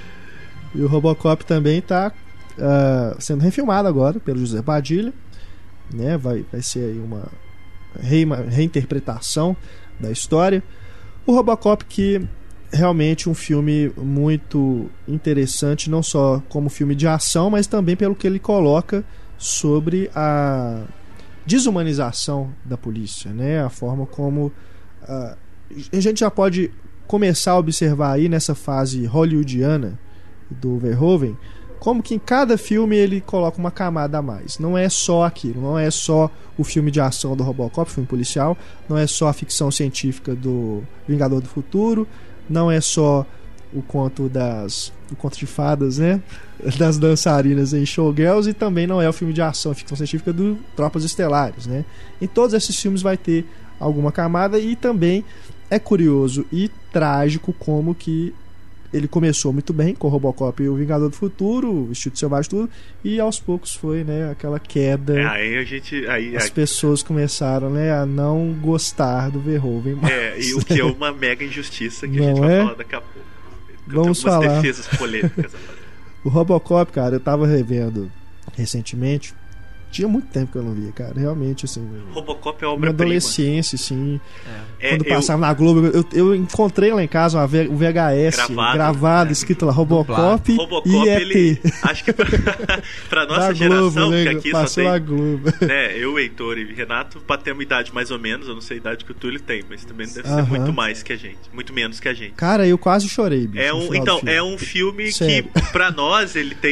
E o Robocop também está sendo refilmado agora pelo José Padilha, né? Vai, vai ser aí uma reima- reinterpretação da história. O Robocop, que realmente um filme muito interessante, não só como filme de ação, mas também pelo que ele coloca sobre a desumanização da polícia, né? A forma como ah, a gente já pode começar a observar aí nessa fase hollywoodiana do Verhoeven, como que em cada filme ele coloca uma camada a mais. Não é só aquilo, não é só o filme de ação do Robocop, filme policial, não é só a ficção científica do Vingador do Futuro, não é só o conto das o conto de fadas, né, das dançarinas em Showgirls, e também não é o filme de ação, a ficção científica do Tropas Estelares, né? Em todos esses filmes vai ter alguma camada, e também é curioso e trágico como que ele começou muito bem com o Robocop e o Vingador do Futuro, o Instinto Selvagem, tudo, e aos poucos foi, né, aquela queda. É, aí a gente. Aí, As aí, pessoas começaram, né, a não gostar do Verhoeven mais. é, e o que é uma mega injustiça que Não a gente vai é? falar daqui a pouco. Eu Vamos tenho algumas falar. defesas polêmicas a fazer. O Robocop, cara, eu tava revendo recentemente. Tinha muito tempo que eu não via, cara. Realmente, assim. Robocop é Minha obra-prima. adolescência, assim. É, Quando eu- passava na Globo, eu, eu encontrei lá em casa uma V- o V H S Gravado. gravado, escrito lá Robocop, Robocop, e ele. E T. Acho que pra, pra nossa Da geração, Globo, né? que aqui só Passou tem. na Globo. Né, eu, Heitor e Renato batemos idade mais ou menos. Eu não sei a idade que o Túlio tem, mas também deve Aham. ser muito mais que a gente. Muito menos que a gente. Cara, eu quase chorei, bicho. É no um, final do então, filme. é um filme Sério. que, pra nós, ele tem um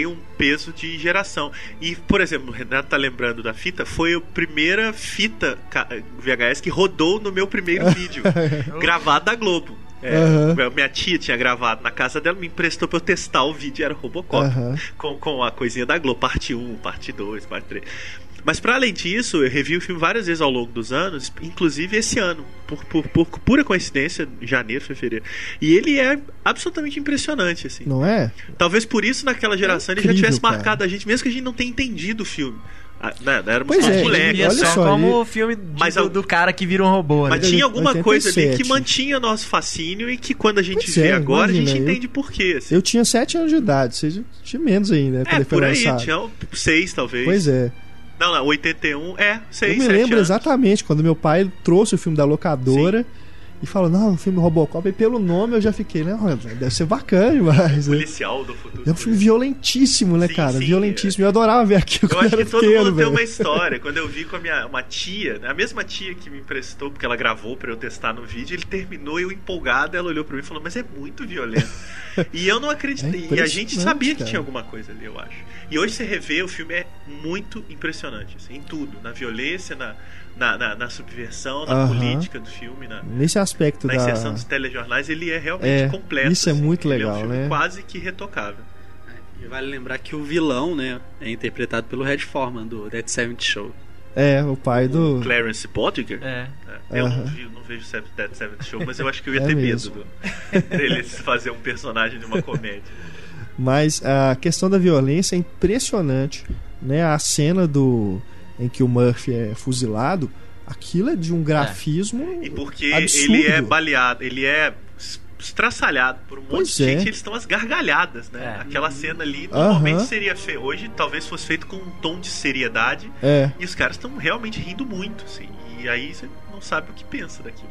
peso de geração. E, por exemplo, o Renato tá lembrando da fita, foi a primeira fita V H S que rodou no meu primeiro vídeo, gravado da Globo. É, uhum. Minha tia tinha gravado na casa dela, me emprestou pra eu testar o vídeo, era Robocop, uhum. com, com a coisinha da Globo, parte um, parte dois, parte três. Mas para além disso, eu revi o filme várias vezes ao longo dos anos, inclusive esse ano, por, por, por pura coincidência, em janeiro, fevereiro. E ele é absolutamente impressionante, assim. Não é? Talvez por isso naquela geração é incrível, ele já tivesse cara. marcado a gente, mesmo que a gente não tenha entendido o filme. Ah, né, era pois é, moleque, olha só, como o filme de, mas, do, do cara que vira um robô. Mas né? tinha alguma oitenta e coisa sete. ali que mantinha nosso fascínio e que quando a gente pois vê é, agora, imagina, a gente eu, entende por quê. Assim. Eu tinha sete anos de idade, você tinha menos ainda, né? É, por aí, lançado. Tinha seis talvez. Pois é. Não, não, oitenta e um, é, seis, eu me lembro anos. exatamente quando meu pai trouxe o filme da locadora. Sim. E falou, não, o filme Robocop, e pelo nome eu já fiquei, né? Deve ser bacana demais. Policial né? do futuro. É um filme violentíssimo, né, sim, cara? Sim, violentíssimo. É. Eu adorava ver aquilo. Eu acho era que todo pequeno, mundo velho. tem uma história. Quando eu vi com a minha uma tia, a mesma tia que me emprestou, porque ela gravou pra eu testar no vídeo, ele terminou e eu empolgado, ela olhou pra mim e falou, mas é muito violento. E eu não acreditei. É e a gente sabia cara. que tinha alguma coisa ali, eu acho. E hoje você revê, o filme é muito impressionante, assim, em tudo. Na violência, na, na, na, na subversão, na uh-huh. política do filme, na, nesse aspecto na da... inserção dos telejornais, ele é realmente é, completo. Isso é assim. muito ele legal, é um filme né? quase que retocável. E vale lembrar que o vilão, né, é interpretado pelo Red Foreman, do Dead Seventh Show. É, o pai do... O Clarence Boddicker? É. é. Eu uh-huh. não, vi, não vejo Dead Seventh Show, mas eu acho que eu ia é ter mesmo. medo do, deles fazer um personagem de uma comédia. Mas a questão da violência é impressionante, né? A cena do em que o Murphy é fuzilado, aquilo é de um grafismo é. E porque absurdo. Ele é baleado, ele é estraçalhado por um monte pois de é. gente, eles estão às gargalhadas, né? É. Aquela cena ali normalmente uh-huh. seria feio. Hoje talvez fosse feito com um tom de seriedade é. e os caras estão realmente rindo muito, assim. E aí você não sabe o que pensa daquilo.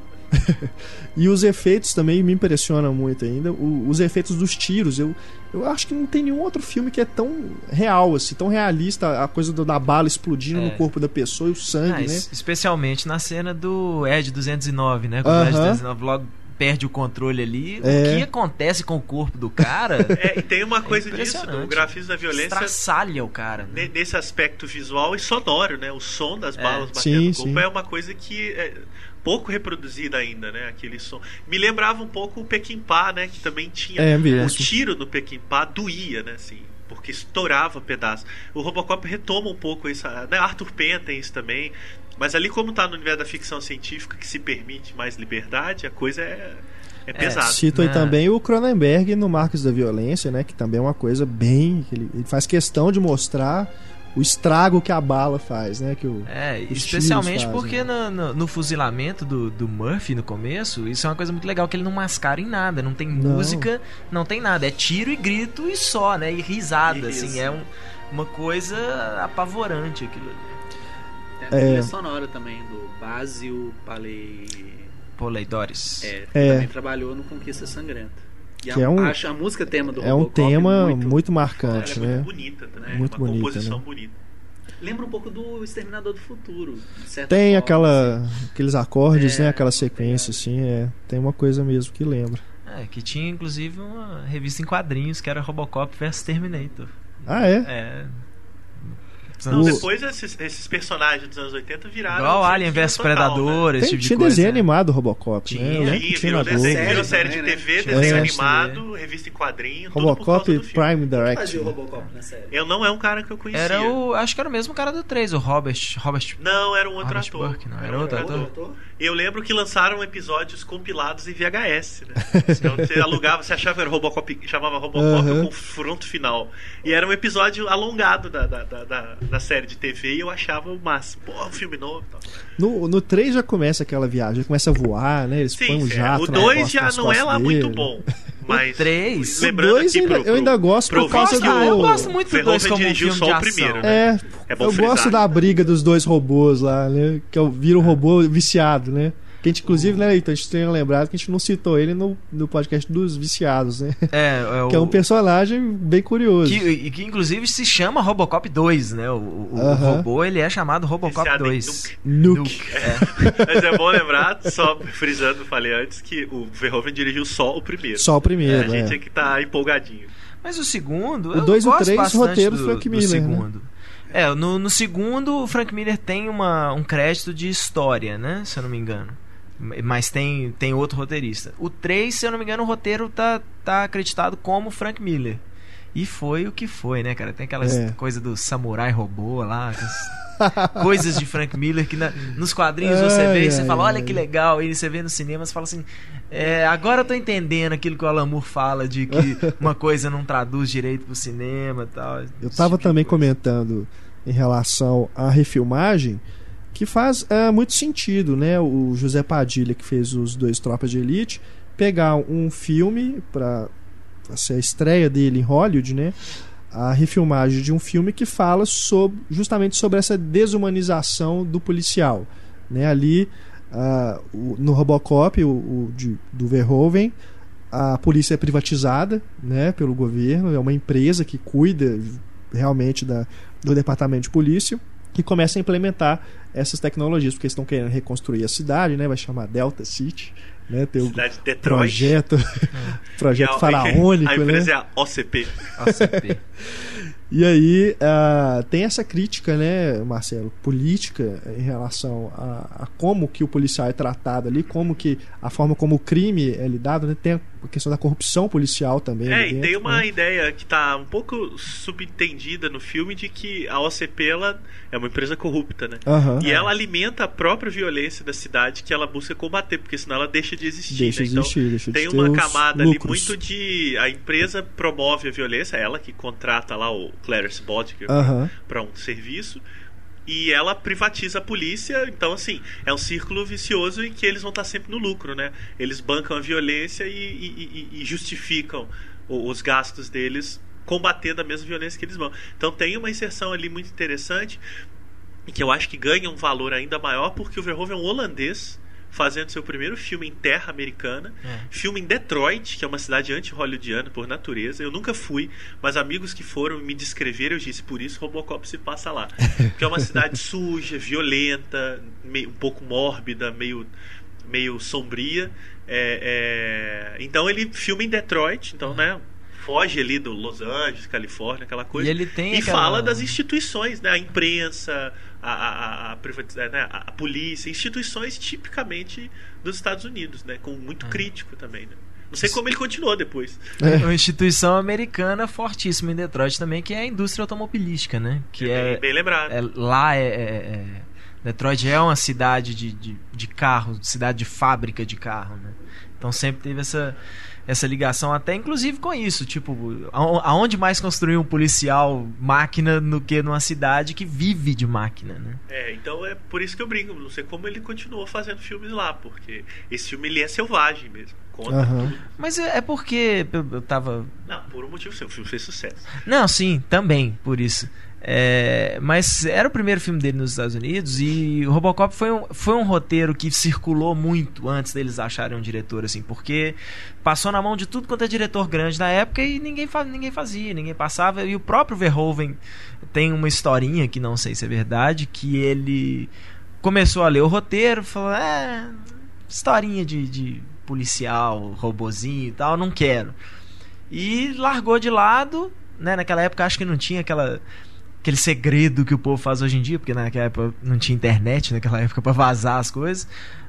E os efeitos também me impressionam muito ainda. O, os efeitos dos tiros, eu, eu acho que não tem nenhum outro filme que é tão real, assim, tão realista, a coisa do, da bala explodindo é. no corpo da pessoa e o sangue, ah, né? Especialmente na cena do Ed duzentos e nove, né? Quando uh-huh. o Ed duzentos e nove logo perde o controle ali, é. o que acontece com o corpo do cara? É, e tem uma coisa é disso, do grafismo da violência. Estraçalha o cara. Né? Nesse aspecto visual e sonoro, né? O som das é. balas batendo sim, no corpo sim. é uma coisa que é pouco reproduzida ainda, né? Aquele som. Me lembrava um pouco o Peckinpah, né? Que também tinha é o tiro no Peckinpah doía, né? Assim, porque estourava pedaço. O Robocop retoma um pouco isso, né? Arthur Penn tem isso também. Mas ali, como tá no universo da ficção científica, que se permite mais liberdade, a coisa é, é pesada. É, cito aí né? também o Cronenberg no Marcos da Violência, né? Que também é uma coisa bem... Ele, ele faz questão de mostrar o estrago que a bala faz, né? Que o, é, especialmente fazem, porque né? no, no, no fuzilamento do, do Murphy no começo, isso é uma coisa muito legal, que ele não mascara em nada, não tem não. música, não tem nada, é tiro e grito e só, né? E risada, e assim, é um, uma coisa apavorante aquilo ali. Tem a trilha é. sonora também do Basil Paley... Poleidores. É, que é. também trabalhou no Conquista Sangrenta. E que a, é um, acho a música tema do é um Robocop tema muito, muito marcante, ela é né? muito bonita também, muito uma bonita, composição né? bonita. Lembra um pouco do Exterminador do Futuro. De certa tem forma, aquela, assim. aqueles acordes, é, né? Aquela sequência, é. assim, é, tem uma coisa mesmo que lembra. É, que tinha inclusive uma revista em quadrinhos que era Robocop versus Terminator. Ah, é? É. Não, O- depois esses, esses personagens dos anos oitenta viraram Igual um Alien filme versus total, Predador, né? esse Tem, tipo de tinha coisa. desenho né? animado do Robocop, Tinha. né? Eu lembro que Sim, tinha virou, na Globo. desenho, virou Série série de também, T V, né? desenho É. animado, revista em quadrinho, tudo por Robocop causa do filme. Prime Quem fazia Direct. o Robocop na série? Eu não é um cara que eu conhecia. Era o. Acho que era o mesmo cara do três, o Robert. Robert. Não, era um outro Robert ator. Burke, não, era outro ator? Eu lembro que lançaram episódios compilados em V H S, né? Então você alugava, você achava que era Robocop, chamava Robocop Uhum. o confronto final. E era um episódio alongado da, da, da, da, da série de T V e eu achava o máximo. Pô, um filme novo e tal. No, no três já começa aquela viagem, já começa a voar, né? Eles põem um sim, jato o na dois costa- já nas não é costas lá dele. muito bom. Mas três? O lembrando dois aqui ainda- pro, eu ainda pro- gosto pro por causa ouvinte, do- Ah, eu gosto muito do Verhoeven dois como um dirigiu filme só de o ação. primeiro, né? É, É bom eu frisar. gosto da briga dos dois robôs lá, né? Que é o- vira um robô viciado, né? Que a gente, inclusive, né, Leitor, a gente tem lembrado que a gente não citou ele no, no podcast dos viciados, né? É, é o... Que é um personagem bem curioso. Que, e que inclusive se chama Robocop dois, né? O, o, o Aham. robô ele é chamado Robocop Viciado em dois. Nuke. Nuke. Mas é bom lembrar, só frisando, falei antes, que o Verhoeven dirigiu só o primeiro. Só o primeiro, A gente é. é que tá empolgadinho. Mas o segundo, O dois e o gosto três, bastante roteiro do, Frank do Miller, segundo. né? É, no, no segundo, o Frank Miller tem uma, um crédito de história, né? Se eu não me engano. Mas tem, tem outro roteirista. O três, se eu não me engano, o roteiro tá, tá acreditado como Frank Miller. E foi o que foi, né, cara? Tem aquelas É. coisas do samurai robô lá, as coisas de Frank Miller que na, nos quadrinhos você Ai, vê e você ai, fala, olha ai. que legal. E você vê no cinema e você fala assim, é, agora eu tô entendendo aquilo que o Alan Moore fala de que uma coisa não traduz direito pro cinema e tal. Eu tava Esse tipo também de coisa. comentando em relação à refilmagem, que faz é, muito sentido, né? O José Padilha, que fez os dois Tropas de Elite, pegar um filme para ser a estreia dele em Hollywood, né? A refilmagem de um filme que fala sobre, justamente sobre essa desumanização do policial, né? Ali uh, o, no Robocop, o, o de, do Verhoeven, a polícia é privatizada, né, pelo governo, é uma empresa que cuida realmente da, do departamento de polícia, que começa a implementar essas tecnologias, porque eles estão querendo reconstruir a cidade, né? Vai chamar Delta City, né? Tem o Cidade de Detroit. projeto, projeto E a- faraônico, A empresa né? é a O C P. O C P. E aí ah, tem essa crítica, né, Marcelo, política em relação a, a como que o policial é tratado ali, como que a forma como o crime é lidado, né? Tem a questão da corrupção policial também. É, ali e dentro, tem uma né? ideia que tá um pouco subentendida no filme de que a O C P ela é uma empresa corrupta, né? Aham. E ela alimenta a própria violência da cidade que ela busca combater, porque senão ela deixa de existir. Deixa né? de Então, existir, deixa de tem ter uma os camada ali lucros. muito de. A empresa promove a violência, ela que contrata lá o Clarence Boddicker Aham. para um serviço. E ela privatiza a polícia, então assim, é um círculo vicioso em que eles vão estar sempre no lucro, né? Eles bancam a violência e, e- e- e justificam o- os gastos deles combatendo a mesma violência que eles vão. Então tem uma inserção ali muito interessante e que eu acho que ganha um valor ainda maior porque o Verhoeven é um holandês fazendo seu primeiro filme em terra americana, É. filme em Detroit, que é uma cidade anti-hollywoodiana por natureza. Eu nunca fui, mas amigos que foram me descreveram, eu disse, por isso Robocop se passa lá. Porque é uma cidade suja, violenta, meio, um pouco mórbida, meio, meio sombria. É, é... Então ele filma em Detroit, então, né, foge ali do Los Angeles, Califórnia, aquela coisa. E ele tem E aquela- fala das instituições, né, a imprensa, a, a, a, a, privatiza- né, a- a polícia, instituições tipicamente dos Estados Unidos, né, com muito crítico também, né. Não sei como ele continuou depois. É. Uma instituição americana fortíssima em Detroit também, que é a indústria automobilística, né? Que bem, é, bem lembrado. é- lá é, é- é- Detroit é uma cidade de, de, de carro, cidade de fábrica de carro, né? Então sempre teve essa, essa ligação, até inclusive com isso, tipo, a- aonde mais construir um policial máquina do que numa cidade que vive de máquina, né? É, então é por isso que eu brinco. Não sei como ele continuou fazendo filmes lá, porque esse filme ele é selvagem mesmo. Conta Aham. tudo. Mas é é porque eu, eu tava Não, por um motivo sim, o filme fez sucesso. Não, sim, também, por isso. É, mas era o primeiro filme dele nos Estados Unidos e o Robocop foi um, foi um roteiro que circulou muito antes deles acharem um diretor, assim, porque passou na mão de tudo quanto é diretor grande na época e ninguém, fa ninguém fazia, ninguém passava. E o próprio Verhoeven tem uma historinha, que não sei se é verdade, que ele começou a ler o roteiro e falou, é, historinha de, de policial, robozinho e tal, não quero. E largou de lado, né? Naquela época acho que não tinha aquela aquele segredo que o povo faz hoje em dia, porque naquela época não tinha internet, naquela época pra vazar as coisas.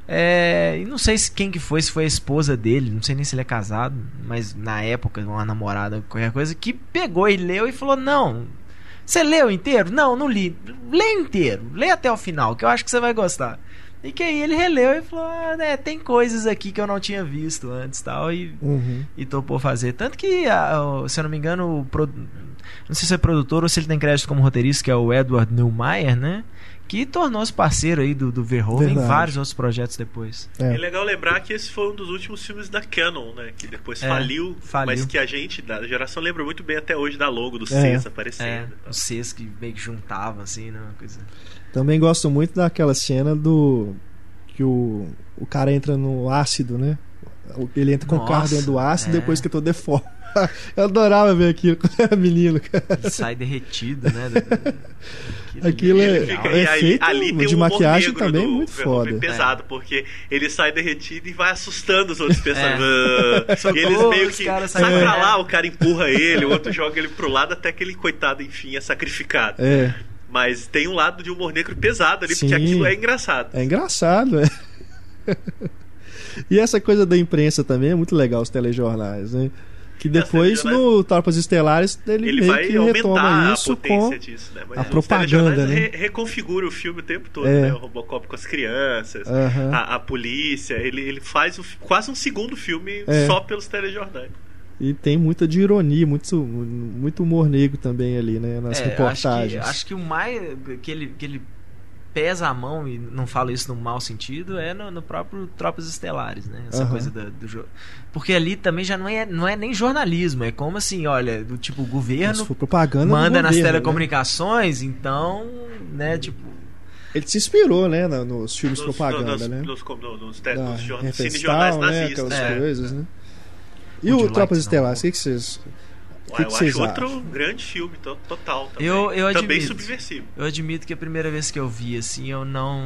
É, e não sei se quem que foi, se foi a esposa dele, não sei nem se ele é casado, mas na época, uma namorada, qualquer coisa, que pegou e leu e falou, não, você leu inteiro? Não, não li. Lê inteiro, lê até o final, que eu acho que você vai gostar. E que aí ele releu e falou, ah, né, tem coisas aqui que eu não tinha visto antes tal, e, Uhum. e topou fazer. Tanto que, a- o- se eu não me engano, o pro- não sei se é produtor ou se ele tem crédito como roteirista, que é o Edward Neumeier, né? Que tornou-se parceiro aí do, do Verhoeven em Verdade. vários outros projetos depois. É. É legal lembrar que esse foi um dos últimos filmes da Canon, né? Que depois É, faliu, faliu. mas que a gente da geração lembra muito bem até hoje da logo do É. César É, aparecendo. os Cs que meio que juntavam, assim, né? Uma coisa... Também gosto muito daquela cena do que o, o cara entra no ácido, né? Ele entra com o Nossa, carro dentro do ácido é. depois que eu tô deforme. Eu adorava ver aquilo quando era menino, cara. Ele sai derretido, né? Aquilo é, Ele fica- é e aí- efeito ali tem de um humor maquiagem negro também do muito Verhoeven foda. pesado, porque ele sai derretido e vai assustando os outros personagens. É. E eles Socorro, meio os que caras sai saem pra correndo. lá, o cara empurra ele, o outro joga ele pro lado até que ele, coitado, enfim, é sacrificado. É, Mas tem um lado de humor negro pesado ali, Sim. porque aquilo é engraçado. é engraçado, é. E essa coisa da imprensa também é muito legal, os telejornais, né? Que depois telejornais- no Tropas Estelares ele, Ele meio vai que aumentar retoma a isso potência com disso, né? a os propaganda, telejornais né? re- reconfigura o filme o tempo todo, É. né? O Robocop com as crianças, Aham. a, a polícia, ele, ele faz o fi- quase um segundo filme É. só pelos telejornais. E tem muita de ironia, muito, muito humor negro também ali, né? Nas É, reportagens. Acho que, acho que o mais que ele, que ele pesa a mão, e não falo isso no mau sentido, é no, no próprio Tropas Estelares, né? Essa Aham. coisa do, do jogo. Porque ali também já não é, não é nem jornalismo, é como assim, olha, do tipo, o Mas governo se for propaganda do manda nas governo, né? telecomunicações, então, né, tipo. Ele se inspirou, né? na- Nos filmes Nos, propaganda, nos, né? nos, nos, nos, te- Da nos jorna- Refestal, cinejornais né? nazistas. Aquelas É. coisas, né? E Would o you Tropas like to know Estelares, o que, que vocês... O Ué, que, eu que vocês acho outro acham? grande filme, to- total também. Eu- eu também admito. subversivo. Eu admito que a primeira vez que eu vi, assim, eu não.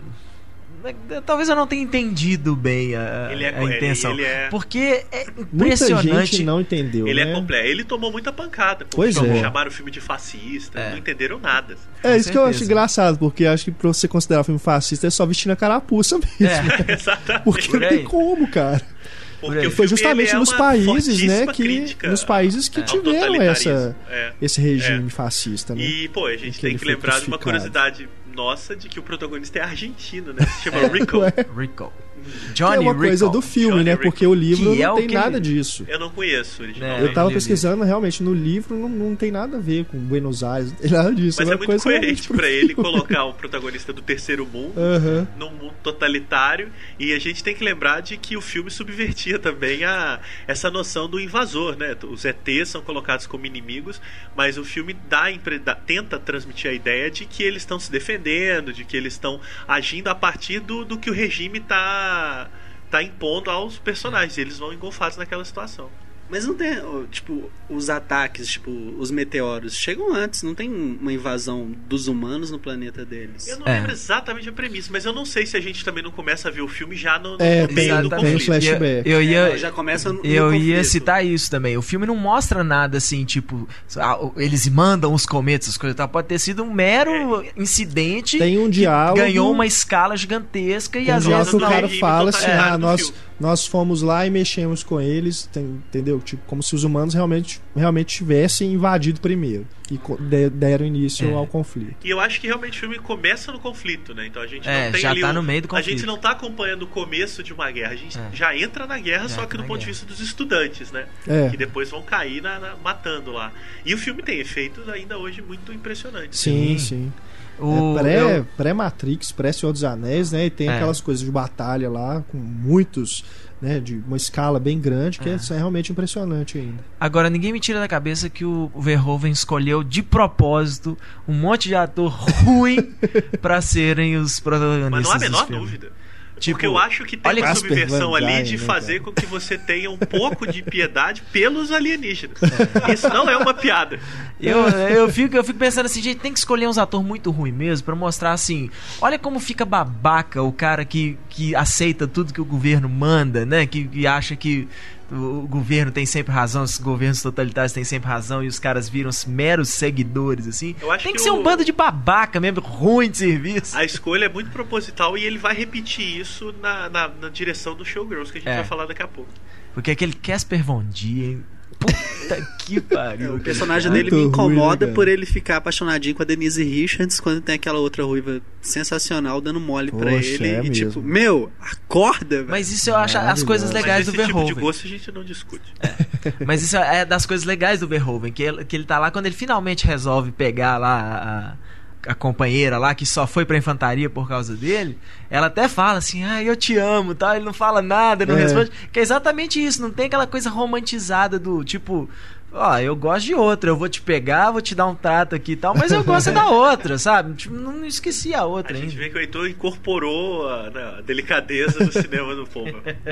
Talvez eu não tenha entendido bem a, Ele é a co- ele- intenção. ele é- Porque é Muita impressionante. gente não entendeu, Ele né? é completo. Ele tomou muita pancada. Porque Pois é. chamaram o filme de fascista, É. não entenderam nada. É Com isso que eu acho certeza. engraçado, porque acho que pra você considerar o filme fascista é só vestindo a carapuça mesmo. É. Exatamente. Porque Por não aí. tem como, cara. Porque aí. o Foi filme, justamente ele é nos uma países, né, fortíssima que crítica nos países que ao tiveram totalitarismo. essa É. esse regime fascista, né? E, pô, a Em gente que tem ele que foi lembrar de uma crucificado. curiosidade nossa de que o protagonista é argentino, né? Se chama Rico. Ué, Rico. que Johnny é uma Rico. coisa do filme, Johnny né? Rico. Porque o livro Que é não o tem que nada ele- disso. Eu não conheço originalmente. É, Eu tava li o pesquisando, realmente, no livro não, não tem nada a ver com Buenos Aires, não tem nada disso. Mas uma é muito coisa coerente realmente pro pra ele filme. colocar o protagonista do terceiro mundo Aham. num mundo totalitário, e a gente tem que lembrar de que o filme subvertia também a, essa noção do invasor, né? Os E Tês são colocados como inimigos, mas o filme dá, a impre- dá- tenta transmitir a ideia de que eles estão se defendendo, de que eles estão agindo a partir do, do que o regime está tá impondo aos personagens. Eles vão engolfados naquela situação. Mas não tem, ó, tipo, os ataques, tipo, os meteoros chegam antes, não tem uma invasão dos humanos no planeta deles. Eu não É. lembro exatamente a premissa, mas eu não sei se a gente também não começa a ver o filme já no, no É, meio tem- do Exatamente. tem um conflito. flashback. Eu, eu ia, É, já começa no, no eu ia conflito. citar isso também. O filme não mostra nada assim, tipo, ah, eles mandam os cometas, as coisas e tal. Pode ter sido um mero incidente Tem um que diálogo. ganhou uma escala gigantesca e Tem um às diálogo vezes que o não. cara regime fala assim, totalitário ah, do nós, filme. nós fomos lá e mexemos com eles, tem- entendeu? Tipo, como se os humanos realmente, realmente tivessem invadido primeiro e co- de- deram início É. ao conflito. E eu acho que realmente o filme começa no conflito, né? Então a gente É, não tem já ali tá o- no meio do A conflito. gente não tá acompanhando o começo de uma guerra, a gente É. já entra na guerra, Já só entra que do na ponto de guerra. vista dos estudantes, né? É. Que depois vão cair na, na- matando lá. E o filme tem efeitos ainda hoje muito impressionantes. Sim, Sim. sim. O, é pré, eu- pré-Matrix, pré-Senhor dos Anéis, né? E tem É. aquelas coisas de batalha lá, com muitos, né? De uma escala bem grande, que é, é realmente impressionante ainda. Agora, ninguém me tira da cabeça que o Verhoeven escolheu de propósito um monte de ator ruim pra serem os protagonistas. Mas não há a dos menor filmes. dúvida. Tipo, Porque eu acho que tem olha uma que- subversão Casper Van ali de Dien, né, fazer cara? com que você tenha um pouco de piedade pelos alienígenas. Isso não é uma piada. Eu, eu, fico, eu fico pensando assim, gente, tem que escolher uns atores muito ruins mesmo pra mostrar assim, olha como fica babaca o cara que, que aceita tudo que o governo manda, né? Que, que acha que o governo tem sempre razão, os governos totalitários têm sempre razão e os caras viram meros seguidores, assim. Eu acho Tem que, que ser o- um bando de babaca mesmo, ruim de serviço. A escolha é muito proposital e ele vai repetir isso na, na, na direção do Showgirls, que a gente É. vai falar daqui a pouco. Porque aquele Casper Von Dien, puta que pariu. O personagem Muito dele me incomoda ruim, né, por cara? ele ficar apaixonadinho com a Denise Richards quando tem aquela outra ruiva sensacional dando mole pra Poxa, ele. é e mesmo. tipo, meu, acorda, velho. Mas isso eu acho as Maravilhoso. coisas Mas legais esse do tipo Verhoeven. de gosto a gente não discute. Mas isso é das coisas legais do Verhoeven, que ele, que ele tá lá quando ele finalmente resolve pegar lá a, a companheira lá, que só foi pra infantaria por causa dele. Ela até fala assim, ah, eu te amo, tá? Ele não fala nada, não É. responde. Que é exatamente isso, não tem aquela coisa romantizada do tipo, ó, eu gosto de outra, eu vou te pegar, vou te dar um trato aqui e tal, mas eu gosto da outra, sabe? Tipo, não esqueci a A outra gente ainda. vê que o Heitor incorporou a, né, a delicadeza do cinema do povo.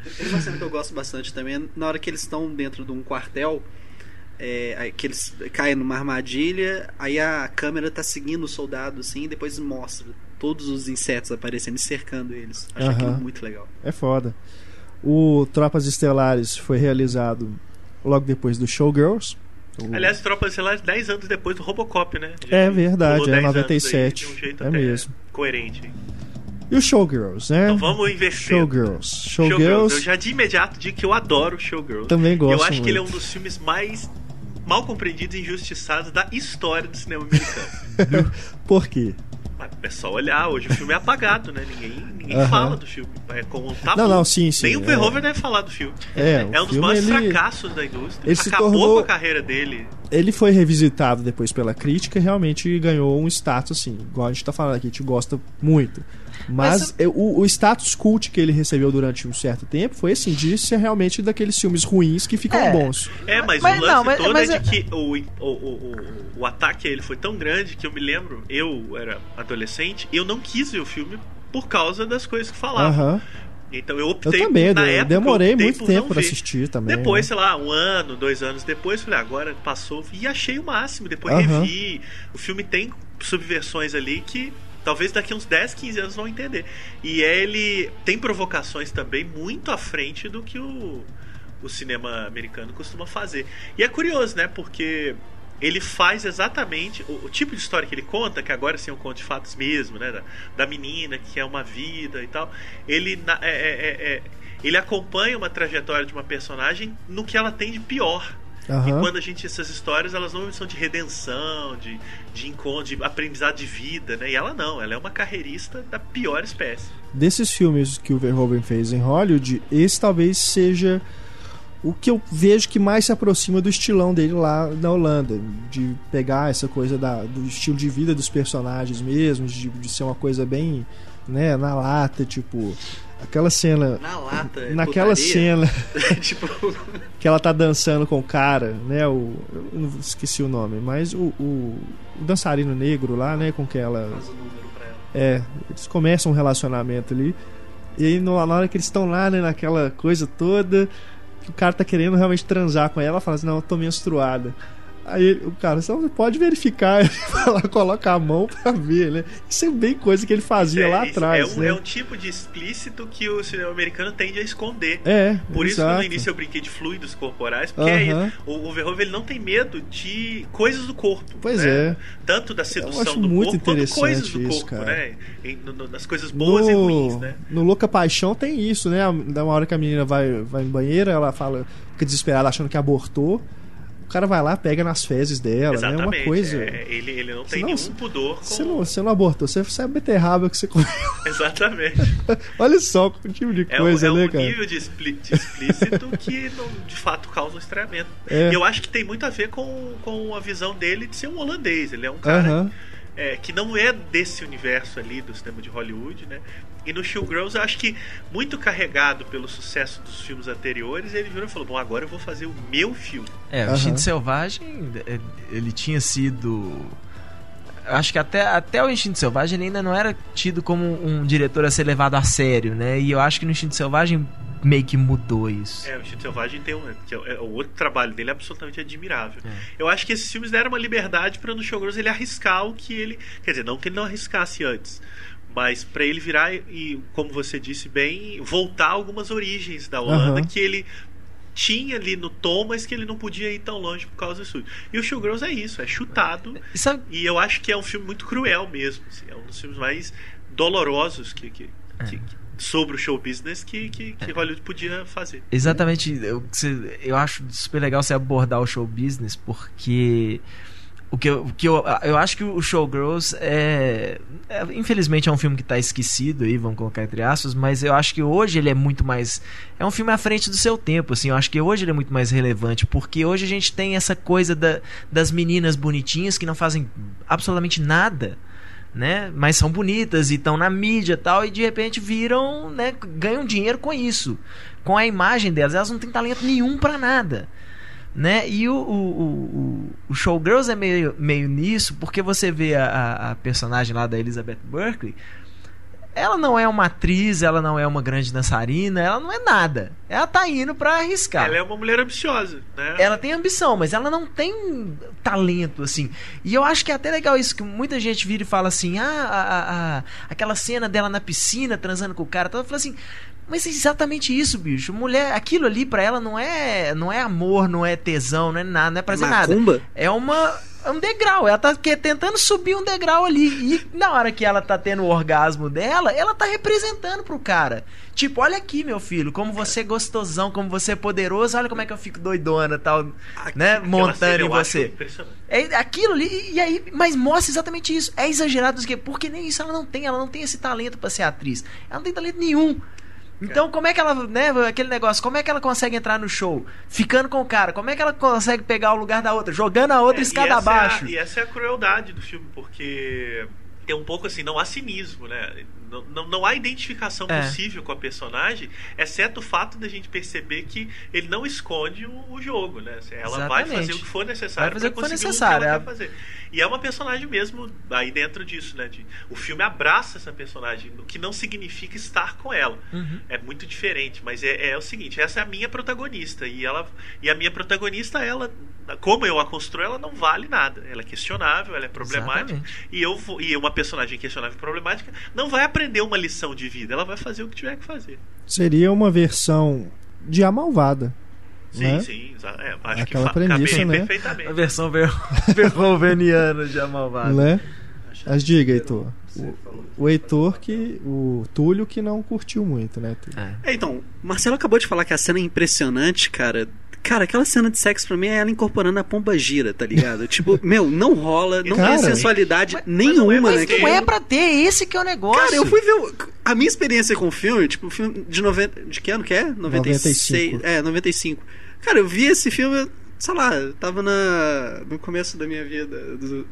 Tem uma cena que eu gosto bastante também, é na hora que eles estão dentro de um quartel, é, que eles caem numa armadilha, aí a câmera tá seguindo o soldado assim, e depois mostra todos os insetos aparecendo e cercando eles. Acho Aham. aquilo muito legal. É foda. O Tropas Estelares foi realizado logo depois do Showgirls. O- Aliás, Tropas Estelares dez anos depois do Robocop, né? A gente É verdade, pulou é dez noventa e anos aí sete, de um jeito é até mesmo. coerente. E o Showgirls, né? Então vamos inverter. Showgirls. Showgirls. Showgirls Eu já de imediato digo que eu adoro Showgirls. também gosto Eu acho muito. que ele é um dos filmes mais mal compreendidos e injustiçados da história do cinema americano. Por quê? Mas é só olhar, hoje o filme é apagado, né? Ninguém, ninguém Aham. fala do filme. É como um tabu. Não, não, sim, sim. Nem o é. Verhoeven deve falar do filme. É, o É um dos filme, maiores ele- fracassos da indústria. ele se Acabou tornou- com a carreira dele. Ele foi revisitado depois pela crítica e realmente ganhou um status assim, igual a gente tá falando aqui, a gente gosta muito. Mas, Mas- é, o, o status cult que ele recebeu durante um certo tempo foi assim, de ser realmente daqueles filmes ruins que ficam É. bons. É, mas, Mas o lance não, mas- todo mas é é- de que o, o, o, o, o ataque a ele foi tão grande que eu me lembro, eu era adolescente, e eu não quis ver o filme por causa das coisas que falavam. Aham. Então eu Eu optei também, na eu época, demorei eu optei muito por tempo não pra ver. assistir também. Depois, né? sei lá, um ano, dois anos depois, falei, agora passou e achei o máximo. Depois Aham. revi. O filme tem subversões ali que talvez daqui uns dez, quinze anos vão entender. E ele tem provocações também muito à frente do que o, o cinema americano costuma fazer. E é curioso, né? Porque ele faz exatamente o, o tipo de história que ele conta, que agora sim é um conto de fatos mesmo, né? Da, da menina que é uma vida e tal. Ele, na- é- é- é- ele acompanha uma trajetória de uma personagem no que ela tem de pior. E Aham. quando a gente essas histórias, elas não são de redenção, de, de encontro, de aprendizado de vida, né? E ela não, ela é uma carreirista da pior espécie. Desses filmes que o Verhoeven fez em Hollywood, esse talvez seja o que eu vejo que mais se aproxima do estilão dele lá na Holanda, de pegar essa coisa da, do estilo de vida dos personagens mesmo, de, de ser uma coisa bem, né, na lata, tipo aquela cena, Na lata. é naquela putaria. cena Tipo, que ela tá dançando com o cara, né, o, eu não esqueci o nome, mas o, o, o dançarino negro lá, né, com que ela faz o número pra ela. é, eles começam um relacionamento ali. E aí, no- na hora que eles estão lá, né, naquela coisa toda, que o cara tá querendo realmente transar com ela, ela fala assim: não, eu tô menstruada. Aí ele- o cara, você pode verificar, ele vai lá, coloca a mão pra ver, né? Isso é bem coisa que ele fazia lá É, isso atrás, é um, né? é um tipo de explícito que o cinema americano tende a esconder. É, Por isso que exato. no início eu brinquei de fluidos corporais, porque é Aham. isso. o, o Verhoeven ele não tem medo de coisas do corpo. Pois né? é. Tanto da Eu sedução acho do muito corpo quanto interessante coisas do isso, corpo, cara. né? Em, no, no, nas coisas boas no, e ruins, né? No Louca Paixão tem isso, né? Da uma hora que a menina vai, vai no banheiro, ela fala, fica desesperada achando que abortou. O cara vai lá, pega nas fezes dela, né? Exatamente. Uma coisa. É, ele, ele não tem Senão, nenhum pudor com... Você não, você não abortou, você sabe beterraba que você comeu. Exatamente. Olha só que tipo de É, coisa, um, é né, um cara? nível de, expli- de explícito que não, de fato causa um estranhamento. É. E eu acho que tem muito a ver com, com a visão dele de ser um holandês. Ele é um cara Aham. é, que não é desse universo ali do cinema de Hollywood, né? E no Showgirls eu acho que muito carregado pelo sucesso dos filmes anteriores, ele virou e falou: bom, agora eu vou fazer o meu filme. É, o Aham. Instinto Selvagem, é, ele tinha sido... eu acho que até, até o Instinto Selvagem ele ainda não era tido como um diretor a ser levado a sério, né? E eu acho que no Instinto Selvagem meio que mudou isso. É, o Instinto Selvagem tem um. Que é, é, o outro trabalho dele é absolutamente admirável. É. Eu acho que esses filmes deram uma liberdade para no Showgirls ele arriscar o que ele. Quer dizer, não que ele não arriscasse antes. Mas para ele virar e, como você disse bem, voltar a algumas origens da Holanda Aham. que ele tinha ali no tom, mas que ele não podia ir tão longe por causa do estúdio. E o Showgirls é isso, é chutado. E sabe, E eu acho que é um filme muito cruel mesmo. Assim, é um dos filmes mais dolorosos que, que, que- que- sobre o show business que, que, que Hollywood podia fazer. exatamente, eu, você- eu acho super legal você abordar o show business, porque o que eu, o que eu, eu acho que o Showgirls é, é infelizmente é um filme que está esquecido aí, vamos colocar entre aspas, mas eu acho que hoje ele é muito mais, é um filme à frente do seu tempo, assim, eu acho que hoje ele é muito mais relevante, porque hoje a gente tem essa coisa da, das meninas bonitinhas que não fazem absolutamente nada, né, mas são bonitas e estão na mídia e tal, e de repente viram, né, ganham dinheiro com isso, com a imagem delas, elas não têm talento nenhum pra nada, né, e o, o, o, o Showgirls é meio, meio nisso, porque você vê a, a, a personagem lá da Elizabeth Berkley, ela não é uma atriz, ela não é uma grande dançarina, ela não é nada. Ela tá indo pra arriscar. Ela é uma mulher ambiciosa, né? Ela tem ambição, mas ela não tem talento, assim. E eu acho que é até legal isso, que muita gente vira e fala assim, ah, a, a, a, aquela cena dela na piscina, transando com o cara, eu falo assim, mas é exatamente isso, bicho. Mulher, aquilo ali pra ela não é, não é amor, não é tesão, não é nada, não é prazer Macumba? nada. É uma... É um degrau, ela tá que, tentando subir um degrau ali. E na hora que ela tá tendo o orgasmo dela, ela tá representando pro cara. Tipo, olha aqui, meu filho, como você é gostosão, como você é poderoso, olha como é que eu fico doidona, tal, né? Montando em você. É aquilo ali, e aí, mas mostra exatamente isso. É exagerado, porque nem isso ela não tem, ela não tem esse talento pra ser atriz. Ela não tem talento nenhum. Então, como é que ela, né, aquele negócio, como é que ela consegue entrar no show? Ficando com o cara, como é que ela consegue pegar o lugar da outra? Jogando a outra é, escada abaixo. É a, e essa é a crueldade do filme, porque é um pouco assim, não há cinismo, né? Não, não, não há identificação é. possível com a personagem, exceto o fato da gente perceber que ele não esconde o, o jogo, né? Ela Exatamente. vai fazer o que for necessário vai fazer pra o que conseguir for necessário, o que ela é. quer fazer. E é uma personagem mesmo aí dentro disso, né? De, o filme abraça essa personagem, o que não significa estar com ela. Uhum. É muito diferente, mas é, é o seguinte, essa é a minha protagonista, e, ela, e a minha protagonista, ela, como eu a construo, ela não vale nada. Ela é questionável, ela é problemática. Exatamente. E, eu vou, e uma personagem questionável e problemática não vai aprender uma lição de vida, ela vai fazer o que tiver que fazer. Seria uma versão de A Malvada. Sim, né? sim, é, acho Aquela que premissa, cabe né? perfeitamente. A versão ver- verroveniana de A Malvada. Né? Mas diga, Heitor. O, o Heitor que. O Túlio que não curtiu muito, né, Túlio? É. É, então, o Marcelo acabou de falar que a cena é impressionante, cara. Cara, aquela cena de sexo pra mim é ela incorporando a pomba gira, tá ligado? Tipo, meu, não rola, não Cara, tem sensualidade mas- nenhuma, mas né? Mas não é pra ter, esse que é o negócio. Cara, eu fui ver o- a minha experiência com o filme, tipo, o filme de noventa, de que ano que é? noventa e seis. noventa e cinco. É, noventa e cinco. Cara, eu vi esse filme, sei lá, eu tava na no começo da minha vida, do-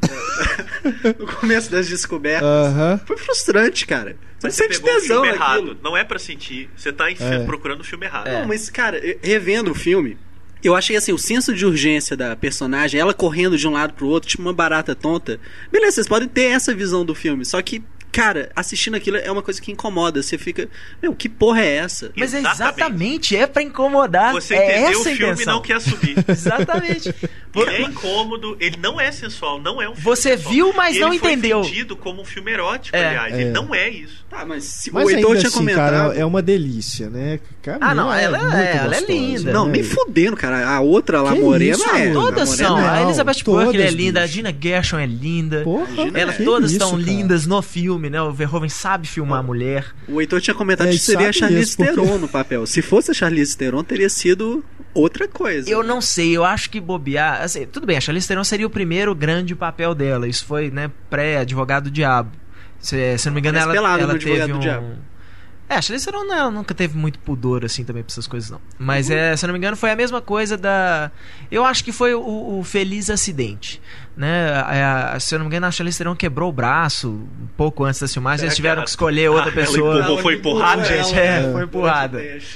da- no começo das descobertas. Aham. Foi frustrante, cara. Você Mas você sente pegou o tesão filme naquilo. errado. Não é pra sentir. Você tá em- É. procurando o filme errado. É. Não, mas, cara, eu- revendo o filme, eu achei assim, o senso de urgência da personagem, ela correndo de um lado pro outro, tipo uma barata tonta. Beleza, vocês podem ter essa visão do filme, só que, cara, assistindo aquilo é uma coisa que incomoda. Você fica, meu, que porra é essa? Mas é Exatamente. exatamente, é pra incomodar. Você é entendeu essa o a filme e intenção. não quer assumir. Exatamente. Ele é incômodo, ele não é sensual, não é um filme Você sensual. viu, mas E não ele foi entendeu. vendido como um filme erótico, É. aliás. É. Ele não é isso. Tá, mas se Mas o Heitor ainda tinha assim, comentado... cara, é uma delícia, né? Cara, Ah, não, ela é- muito ela é gostosa, linda. Não, né? nem fudendo, cara. A outra lá, Que morena, isso, é. amor? Todas a são. morena A Não, Elizabeth todas, Berkley é linda, a bicho. Gina Gershon é linda. Porra, Elas que todas isso, estão cara. lindas no filme, né? O Verhoeven sabe filmar a mulher. O Heitor tinha comentado É, que ele seria a sabe Charlize mesmo, porque- Theron no papel. Se fosse a Charlize Theron, teria sido outra coisa. Eu não sei, eu acho que bobear. Assim, tudo bem, a Charlize Theron seria o primeiro grande papel dela. Isso foi, né, pré-Advogado do Diabo. Se, se não me engano, Parece ela, pelado ela no teve Advogado um. do Diabo. É, a Charlize Theron não, nunca teve muito pudor assim também pra essas coisas, não. Mas Uhum. é, se eu não me engano, foi a mesma coisa da. Eu acho que foi o, o Feliz Acidente. Né? A, a, se eu não me engano, a Charlize Theron quebrou o braço um pouco antes da filmagem. Será Eles que tiveram ela- que escolher outra Ah, ela pessoa. empurrou, foi empurrada, gente, ela, é, né? foi empurrada. Teste.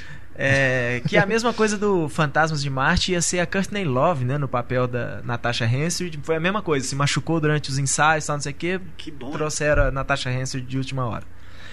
É, que é a mesma coisa do Fantasmas de Marte, ia ser a Courtney Love, né, no papel da Natasha Henstridge. Foi a mesma coisa, se machucou durante os ensaios, tal, não sei o que, Que bom. trouxeram a Natasha Henstridge de última hora.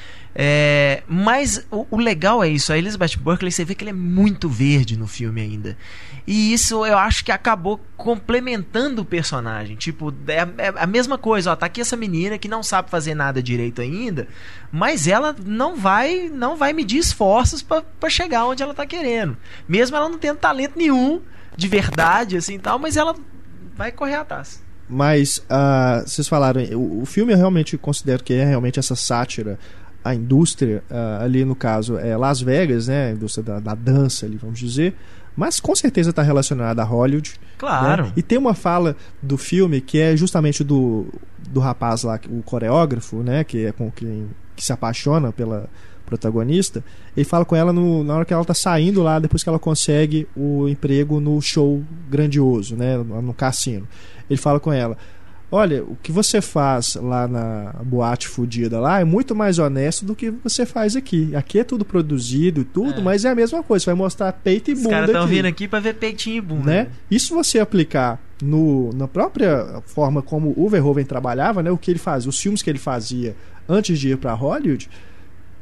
É, mas o, o legal é isso, a Elizabeth Berkley, você vê que ela é muito verde no filme ainda. E isso eu acho que acabou complementando o personagem. Tipo, é, é a mesma coisa, ó, tá aqui essa menina que não sabe fazer nada direito ainda, mas ela não vai não vai medir esforços pra pra chegar onde ela tá querendo. Mesmo ela não tendo talento nenhum de verdade, assim, tal, mas ela vai correr atrás. Mas ah, vocês falaram, o, o filme eu realmente considero que é realmente essa sátira à indústria, ah, ali no caso é Las Vegas, né, a indústria da, da dança ali, vamos dizer, mas com certeza está relacionada a Hollywood. Claro. Né? E tem uma fala do filme que é justamente do, do rapaz lá, o coreógrafo, né, que é com quem que se apaixona pela protagonista. Ele fala com ela no, na hora que ela tá saindo lá, depois que ela consegue o emprego no show grandioso, né, no, no cassino. Ele fala com ela: olha, o que você faz lá na boate fudida lá é muito mais honesto do que você faz aqui. Aqui é tudo produzido e tudo, É. mas é a mesma coisa. Você vai mostrar peito e Os bunda caras estão aqui, vindo aqui pra ver peitinho e bunda. né? Isso você aplicar no, na própria forma como o Verhoeven trabalhava, né? O que ele fazia, os filmes que ele fazia antes de ir para Hollywood,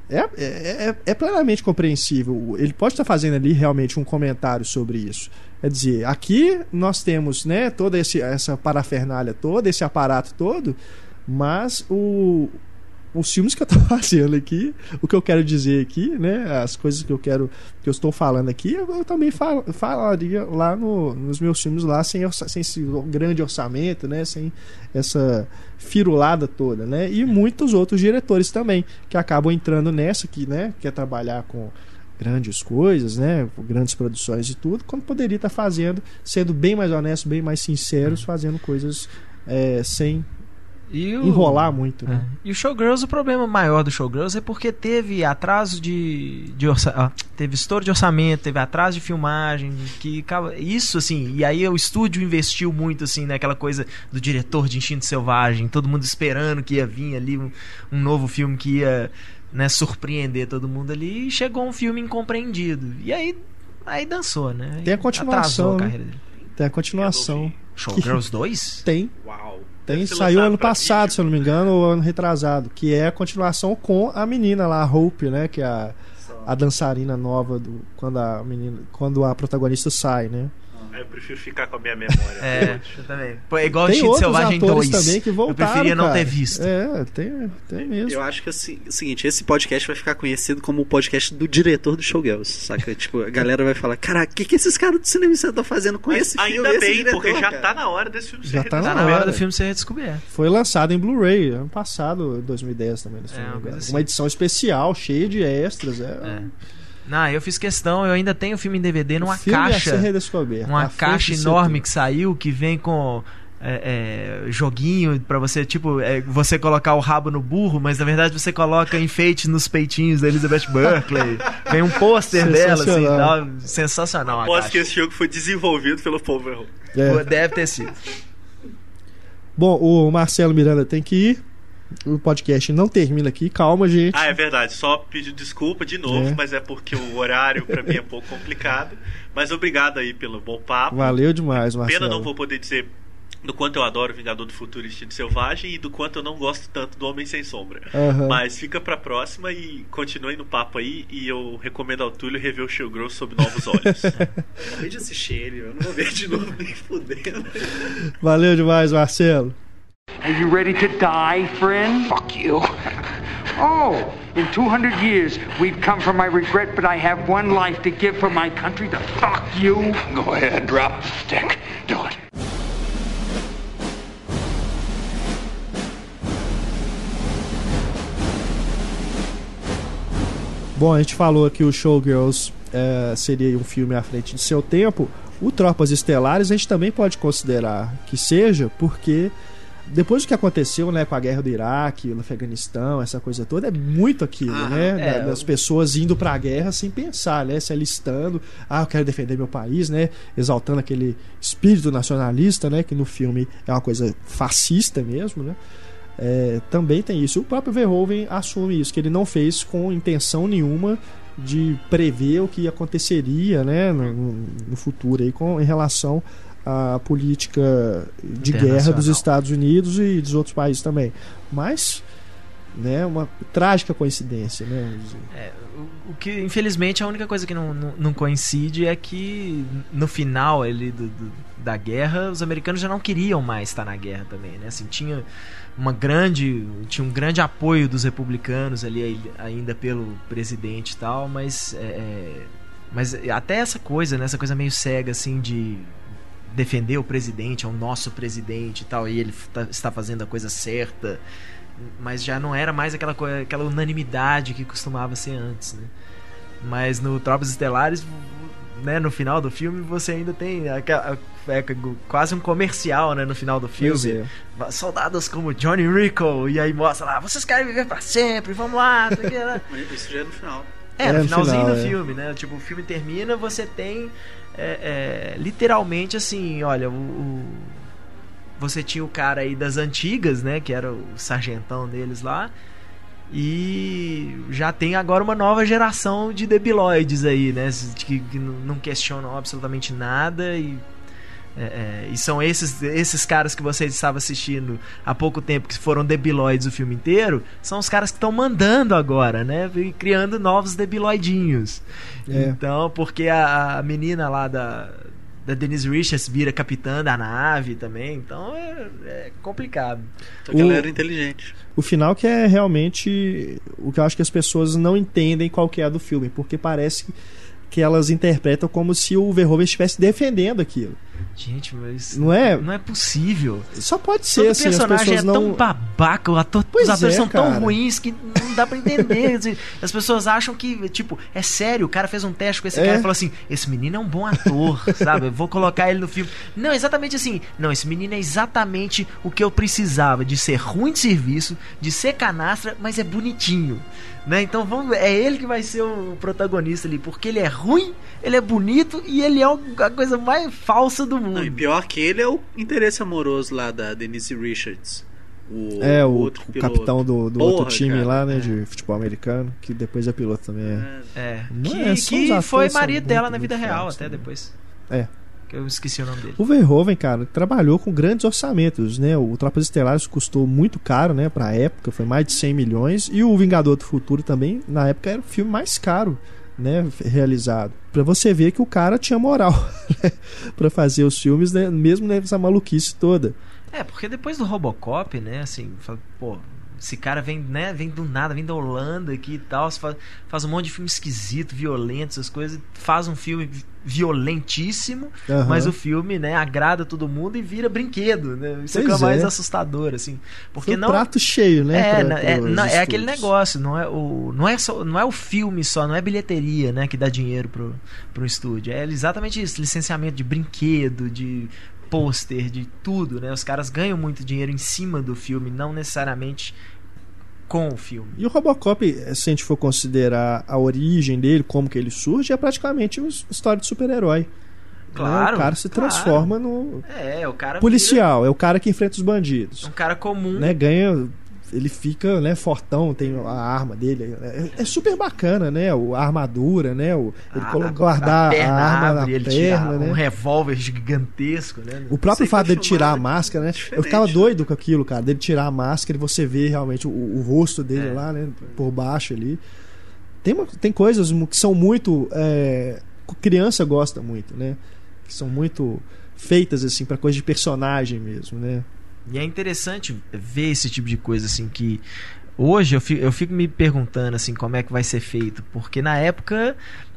é, é, é plenamente compreensível. Ele pode estar fazendo ali realmente um comentário sobre isso. Quer dizer, aqui nós temos, né, toda esse, essa parafernália toda, esse aparato todo, mas o, os filmes que eu estou fazendo aqui, o que eu quero dizer aqui, né, as coisas que eu quero, que eu estou falando aqui, eu, eu também fal, falaria lá no, nos meus filmes lá, sem, sem esse grande orçamento, né, sem essa firulada toda, né, e muitos outros diretores também, que acabam entrando nessa aqui, né, quer trabalhar com grandes coisas, né, grandes produções e tudo, quando poderia estar fazendo, sendo bem mais honesto, bem mais sinceros, fazendo coisas é, sem e o... enrolar muito, né? É. E o Showgirls, o problema maior do Showgirls é porque teve atraso de, de orça... ah, teve estouro de orçamento, teve atraso de filmagem, que isso assim, e aí o estúdio investiu muito assim naquela coisa do diretor de Instinto Selvagem, todo mundo esperando que ia vir ali um, um novo filme que ia, né, surpreender todo mundo ali, e chegou um filme incompreendido. E aí, aí dançou, né? Tem a continuação, a né? carreira dele. Tem a continuação. Showgirls dois? Tem. Uau. Tem, saiu ano passado, vídeo. Se eu não me engano, ou ano retrasado, que é a continuação com a menina lá, a Hope, né? Que é a, a dançarina nova do, quando a menina, quando a protagonista sai, né? Eu prefiro ficar com a minha memória. É, eu também. Pô, é igual o Tem Instinto outros Selvagem atores dois. também que voltaram, eu preferia não cara. ter visto. É, tem, tem mesmo. Eu acho que é o seguinte, esse podcast vai ficar conhecido como o podcast do diretor do Showgirls, saca? Tipo, a galera vai falar, caraca, o que, que esses caras do cinema estão fazendo com Mas esse filme? ainda esse bem, diretor, porque já cara? tá na hora desse filme ser Já tá Tá na na hora hora. do filme ser redescoberto. Foi lançado em Blu-ray ano passado, dois mil e dez também. É, uma coisa assim. Uma edição especial, cheia de extras. É, É. Não, eu fiz questão, eu ainda tenho o filme em D V D numa o filme caixa. A ser redescoberto. Uma A caixa frente de enorme setor. que saiu, que vem com é, é, joguinho pra você, tipo, é, você colocar o rabo no burro, mas na verdade você coloca enfeite nos peitinhos da Elizabeth Berkley. Vem um pôster dela, assim, Sensacional. tal, sensacional. a Aposto caixa. que esse jogo foi desenvolvido pelo Paul Verhoeven. É. Deve ter sido. Bom, o Marcelo Miranda tem que ir. O podcast não termina aqui. Calma, gente. Ah, é verdade. Só pedir desculpa de novo, É. mas é porque o horário pra mim é um pouco complicado. Mas obrigado aí pelo bom papo. Valeu demais, Marcelo. Pena não vou poder dizer do quanto eu adoro Vingador do Futuro e Instinto Selvagem e do quanto eu não gosto tanto do Homem Sem Sombra. Aham. Mas fica pra próxima e continuem no papo aí. E eu recomendo ao Túlio rever o Showgirls sob novos olhos. Acabei de assistir ele, eu não vou ver de novo nem fudendo. Valeu demais, Marcelo. Are you ready to die, friend? Fuck you. Oh, in two hundred years, we've come for my regret, but I have one life to give for my country. To fuck you. Go ahead, drop the stick. Do it. Bom, a gente falou que o Showgirls é, seria um filme à frente de seu tempo. O Tropas Estelares a gente também pode considerar que seja, porque depois do que aconteceu, né, com a guerra do Iraque, no Afeganistão, essa coisa toda, é muito aquilo, Ah, né? é, da, das pessoas indo pra guerra sem pensar, né? Se alistando, ah, eu quero defender meu país, né? Exaltando aquele espírito nacionalista, né? Que no filme é uma coisa fascista mesmo, né? É, também tem isso. O próprio Verhoeven assume isso, que ele não fez com intenção nenhuma de prever o que aconteceria, né, no, no futuro aí, com, em relação à política de guerra dos Estados Unidos e dos outros países também. Mas, né, uma trágica coincidência, né? É, o, o que, infelizmente, a única coisa que não, não, não coincide é que no final ele, do, do, da guerra, os americanos já não queriam mais estar na guerra também, né? Assim, tinha uma grande, tinha um grande apoio dos republicanos ali ainda pelo presidente e tal, mas, é, mas até essa coisa, né, essa coisa meio cega assim de defender o presidente, é o nosso presidente e tal, e ele tá, está fazendo a coisa certa, mas já não era mais aquela, coisa, aquela unanimidade que costumava ser antes, né? Mas no Tropas Estelares, né, no final do filme você ainda tem aquela, é, quase um comercial, né, no final do filme, é. soldados como Johnny Rico, e aí mostra lá, vocês querem viver pra sempre, vamos lá, né? Isso já é no final. É, É, no no finalzinho final, do é. filme, né? Tipo, o filme termina, você tem é, é, literalmente assim, olha, o, o- você tinha o cara aí das antigas, né? Que era o sargentão deles lá. E já tem agora uma nova geração de debiloides aí, né? Que, que não questionam absolutamente nada e É, é, e são esses, esses caras que você estava assistindo há pouco tempo, que foram debiloides o filme inteiro, são os caras que estão mandando agora, né? Criando novos debiloidinhos. É. Então, porque a, a menina lá da, da Denise Richards vira capitã da nave também, então é, é complicado. A galera o, inteligente. O final que é realmente o que eu acho que as pessoas não entendem qual que é do filme, porque parece que que elas interpretam como se o Verhoeven estivesse defendendo aquilo. Gente, mas não é, não é possível. Só pode ser Todo assim, personagem as pessoas é não... tão babaca, o ator, os atores é, são cara. tão ruins que não dá pra entender. As pessoas acham que, tipo, é sério, o cara fez um teste com esse é. cara e falou assim, esse menino é um bom ator, sabe? Eu vou colocar ele no filme. Não, exatamente assim. Não, esse menino é exatamente o que eu precisava, de ser ruim de serviço, de ser canastra, mas é bonitinho. Né? Então vamos, é ele que vai ser o protagonista ali, porque ele é ruim, ele é bonito e ele é a coisa mais falsa do mundo. Não, e pior que ele é o interesse amoroso lá da Denise Richards. O é, o, outro o capitão do, do Porra, outro time cara, lá, né, é. de futebol americano, que depois é piloto também. É, é. Não que, é que foi marido dela muito, na vida real fortes, até né? depois. É. Que eu esqueci o nome dele. O Verhoeven, cara, trabalhou com grandes orçamentos, né? O Tropas Estelares custou muito caro, né? Pra época, foi mais de cem milhões. E o Vingador do Futuro também, na época, era o filme mais caro, né? Realizado. Pra você ver que o cara tinha moral, né? Pra fazer os filmes, né? Mesmo nessa maluquice toda. É, porque depois do Robocop, né? Assim, pô... Esse cara vem, né, vem do nada, vem da Holanda aqui e tal, faz, faz um monte de filme esquisito, violento, essas coisas, faz um filme violentíssimo, uhum. mas o filme, né, agrada todo mundo e vira brinquedo, né? Isso pois é o mais é. assustador, assim. Porque Foi não, prato cheio, né? É, pra, é, não, é aquele negócio, não é o, não é só, não é o filme só, não é bilheteria, né, que dá dinheiro pro, pro estúdio. É exatamente isso, licenciamento de brinquedo, de pôster, de tudo, né? Os caras ganham muito dinheiro em cima do filme, não necessariamente com o filme. E o Robocop, se a gente for considerar a origem dele, como que ele surge, é praticamente uma história de super-herói. Claro, né? O cara se claro. transforma no é, o cara policial, vira... é o cara que enfrenta os bandidos. Um cara comum. Né? Ganha... Ele fica, né, fortão, tem a arma dele. É, é super bacana, né? A armadura, né? O, ele a, coloca, guardar a, a arma abre, na ele perna, tira né? Um revólver gigantesco, né? O próprio fato dele tirar a é máscara, né? Eu ficava doido com aquilo, cara. Dele tirar a máscara e você vê realmente o, o rosto dele é. lá, né? Por baixo ali. Tem, uma, tem coisas que são muito... É, criança gosta muito, né? Que são muito feitas, assim, pra coisa de personagem mesmo, né? E é interessante ver esse tipo de coisa, assim, que hoje eu fico, eu fico me perguntando, assim, como é que vai ser feito, porque na época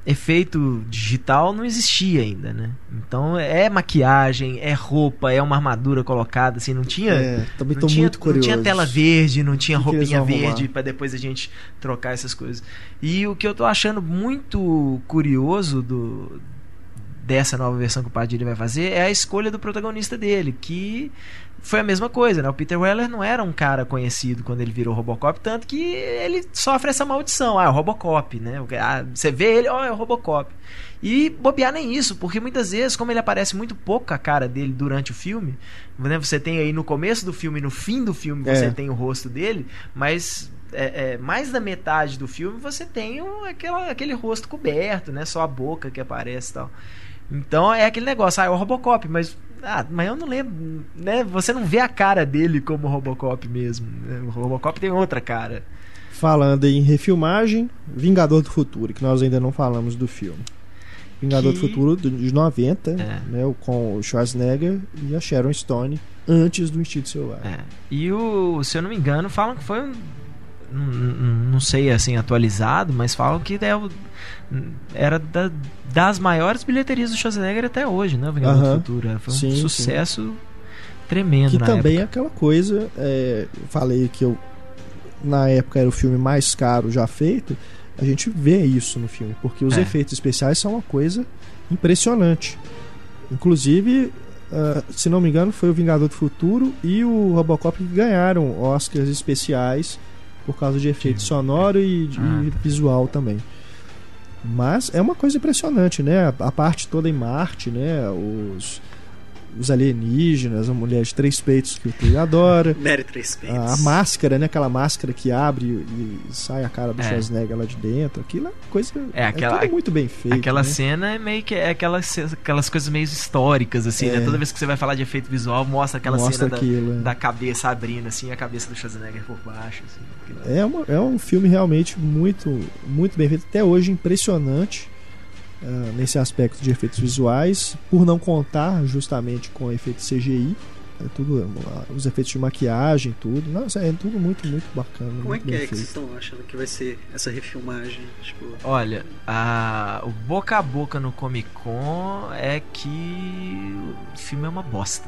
efeito digital não existia ainda, né? Então é maquiagem, é roupa, é uma armadura colocada, assim, não tinha... É, também não tô tinha, muito curioso. Não tinha tela verde, não tinha que roupinha que verde para depois a gente trocar essas coisas. E o que eu tô achando muito curioso do... dessa nova versão que o Padilha vai fazer é a escolha do protagonista dele, que foi a mesma coisa, né? O Peter Weller não era um cara conhecido quando ele virou Robocop, tanto que ele sofre essa maldição. Ah, é o Robocop, né? Ah, você vê ele, ó, oh, é o Robocop. E bobear nem isso, porque muitas vezes, como ele aparece muito pouco a cara dele durante o filme, né? Você tem aí no começo do filme e no fim do filme você é. tem o rosto dele, mas... É, é, mais da metade do filme você tem um, aquela, aquele rosto coberto, né? Só a boca que aparece e tal. Então é aquele negócio, ah, é o Robocop, mas, ah, mas eu não lembro, né? Você não vê a cara dele como Robocop mesmo, né? O Robocop tem outra cara. Falando em refilmagem, Vingador do Futuro, que nós ainda não falamos do filme. Vingador que... do Futuro de noventa, é. né? Com o Schwarzenegger e a Sharon Stone antes do Instinto Selvagem. É. E o, se eu não me engano, falam que foi um Não, não sei assim atualizado, mas falam que é o, era da, das maiores bilheterias do Schwarzenegger até hoje, né? O Vingador uh-huh. do Futuro. Foi um sim, sucesso sim. tremendo. Que na também época. é aquela coisa. É, eu falei que eu, na época era o filme mais caro já feito. A gente vê isso no filme, porque os é. efeitos especiais são uma coisa impressionante. Inclusive, uh, se não me engano, foi o Vingador do Futuro e o Robocop que ganharam Oscars especiais por causa de efeito Sim. sonoro e de ah. visual também. Mas é uma coisa impressionante, né? A, a parte toda em Marte, né? Os, os alienígenas, a mulher de três peitos que o T adora. Mary Três Peitos. A, a máscara, né? Aquela máscara que abre e, e sai a cara do É. Schwarzenegger lá de dentro. Aquilo é coisa. É, aquela- é tudo muito bem feito. Aquela né? cena é meio que é aquelas, aquelas coisas meio históricas, assim, É. né? Toda vez que você vai falar de efeito visual, mostra aquela Mostra cena aquilo, da, é. da cabeça abrindo, assim, a cabeça do Schwarzenegger por baixo, assim. Aquilo- É, uma, é um filme realmente muito, muito bem feito. Até hoje impressionante ah, nesse aspecto de efeitos visuais, por não contar justamente com efeitos C G I. É tudo, ah, os efeitos de maquiagem, tudo. Nossa, é tudo muito, muito bacana. Como é muito que bem é que vocês feito. estão achando que vai ser essa refilmagem? Tipo, Olha, a, o boca a boca no Comic Con é que o filme é uma bosta.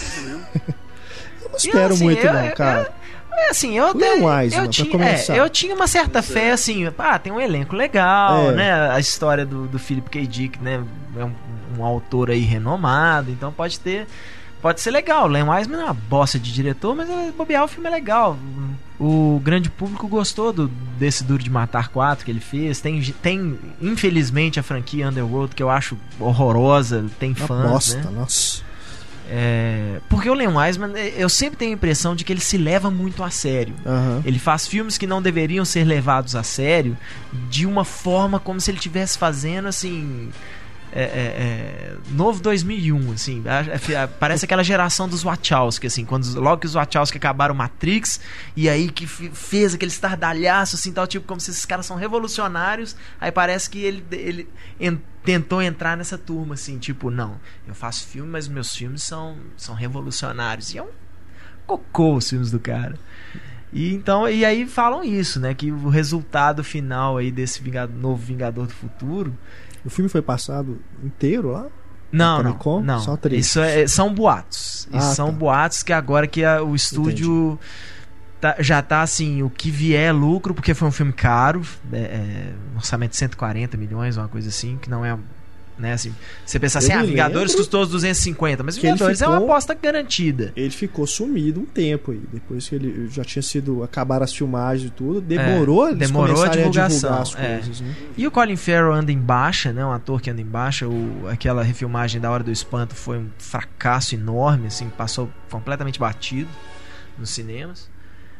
Eu não espero assim, muito, eu- não, eu- cara. É assim, eu Leon até, Wiseman, eu pra tinha, começar. é, eu tinha uma certa Pois fé, é. assim, pá, tem um elenco legal, É. né? A história do, do Philip K. Dick, né? É um, um autor aí renomado, então pode ter. Pode ser legal. Len Wiseman é uma bosta de diretor, mas é, bobear o filme é legal. O grande público gostou do, desse Duro de Matar quatro que ele fez. Tem, tem, infelizmente, a franquia Underworld, que eu acho horrorosa, tem Uma fãs, bosta, né? nossa. É, porque o Len Wiseman, eu sempre tenho a impressão de que ele se leva muito a sério. Aham. Ele faz filmes que não deveriam ser levados a sério de uma forma como se ele estivesse fazendo, assim... É, é, é, novo dois mil e um, assim, a- a- parece aquela geração dos Wachowski, assim, quando, logo que os Wachowski acabaram Matrix, e aí que f- fez aquele estardalhaço, assim, tal, tipo, como se esses caras são revolucionários, aí parece que ele, ele en- tentou entrar nessa turma, assim, tipo, não, eu faço filme, mas meus filmes são, são revolucionários, e é um cocô os filmes do cara. E, então, e aí falam isso, né, que o resultado final aí desse Vingador, novo Vingador do Futuro. O filme foi passado inteiro lá? Não, Na não, Comic Con? não. Só trechos. Isso é, são boatos. Ah, Isso são tá. boatos que agora que a- o estúdio tá- já tá assim, o que vier é lucro, porque foi um filme caro, é, é, um orçamento de cento e quarenta milhões, uma coisa assim, que não é, né, assim, você pensa assim, Eu ah, me Vingadores lembro custou os duzentos e cinquenta, mas que ele Vingadores é uma ficou- aposta garantida. Ele ficou sumido um tempo aí. Depois que ele já tinha sido. Acabaram as filmagens e tudo. Demorou eles demorou a começarem a divulgação, divulgar as é. coisas, né? E o Colin Farrell anda em baixa, né? Um ator que anda em baixa. O, aquela refilmagem da Hora do Espanto foi um fracasso enorme, assim, passou completamente batido nos cinemas.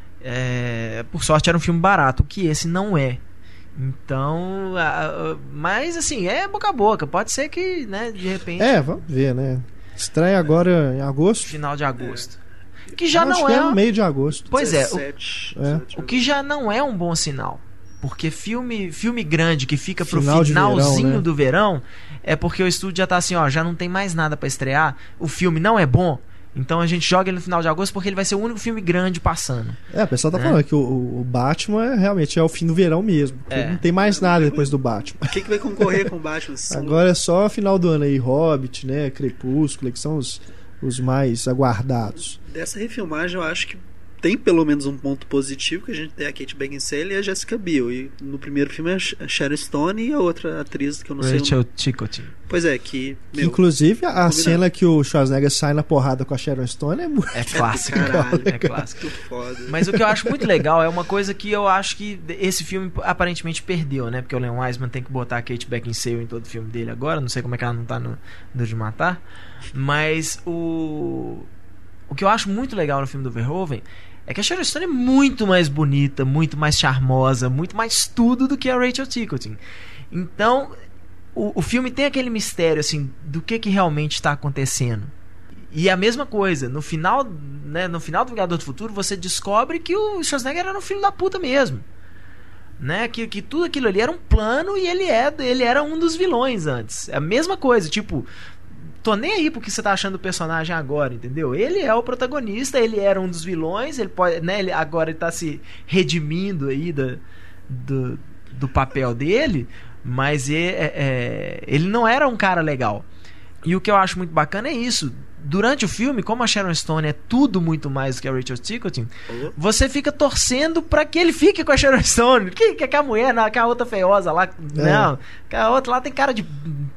É, por sorte era um filme barato, o que esse não é. Então, a- a- mas assim, é boca a boca. Pode ser que, né, de repente, É, vamos ver, né? Estreia agora em agosto. final de agosto. Que já Eu acho não que é. é no meio de agosto. Pois é, o- dezessete, é. dezessete. O que já não é um bom sinal. Porque filme, filme grande que fica pro Final de finalzinho verão, né? do verão é porque o estúdio já tá assim, ó, já não tem mais nada pra estrear, o filme não é bom, então a gente joga ele no final de agosto porque ele vai ser o único filme grande passando. É, o pessoal tá É. falando que o, o Batman é, realmente é o fim do verão mesmo. Porque É. não tem mais nada depois do Batman. O que, que vai concorrer com o Batman? Vocês são Agora é só final do ano aí, Hobbit, né? Crepúsculo, que são os, os mais aguardados. Dessa refilmagem, eu acho que tem pelo menos um ponto positivo, que a gente tem a Kate Beckinsale e a Jessica Biel. E no primeiro filme é a Sharon Stone e a outra atriz que eu não sei o Rachel nome. Chicotin. Pois é, que... Que, Meu, inclusive, a combinado. cena que o Schwarzenegger sai na porrada com a Sharon Stone é muito. É clássico. caralho, É clássico. muito foda. Mas o que eu acho muito legal é uma coisa que eu acho que esse filme aparentemente perdeu, né? Porque o Len Wiseman tem que botar a Kate Beckinsale em todo o filme dele agora. Não sei como é que ela não tá no Duro de Matar. Mas o... O que eu acho muito legal no filme do Verhoeven é que a Sharon Stone é muito mais bonita, muito mais charmosa, muito mais tudo do que a Rachel Ticotin. Então, o, o filme tem aquele mistério, assim, do que que realmente está acontecendo. E a mesma coisa, no final, né, no final do Vingador do Futuro, você descobre que o Schwarzenegger era um filho da puta mesmo. Né? Que, que tudo aquilo ali era um plano e ele, é, ele era um dos vilões antes. É a mesma coisa, tipo... Tô nem aí porque você tá achando o personagem agora, entendeu? Ele é o protagonista, ele era um dos vilões, ele pode, né, ele, agora ele tá se redimindo aí da, do, do papel dele, mas é, é, ele não era um cara legal. E o que eu acho muito bacana é isso. Durante o filme, como a Sharon Stone é tudo muito mais do que a Rachel Ticotin, você fica torcendo pra que ele fique com a Sharon Stone. Que, que, que a mulher, não, que a outra feiosa lá, não, que a outra lá tem cara de...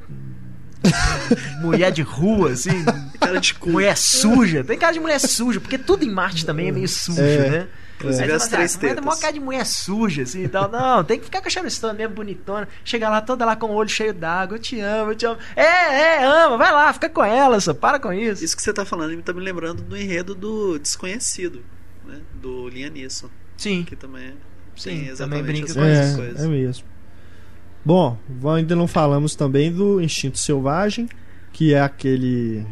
mulher de rua, assim. Cara de cu. Mulher suja. Tem cara de mulher suja, porque tudo em Marte também é meio sujo, É. né? Inclusive Aí as você fala três assim, ah, essa mulher tem mó tetas. cara de mulher suja, assim e tal. Não, tem que ficar com a Sharon Stone mesmo, bonitona. Chegar lá toda lá com o olho cheio d'água. Eu te amo, eu te amo. É, é, ama, vai lá, fica com ela, só para com isso. Isso que você tá falando me tá me lembrando do enredo do Desconhecido, né? Do Liam Neeson. Sim. Que também Sim, tem também exatamente brinca as com mesmas É, coisas. é mesmo. Bom, ainda não falamos também do Instinto Selvagem, que é aquele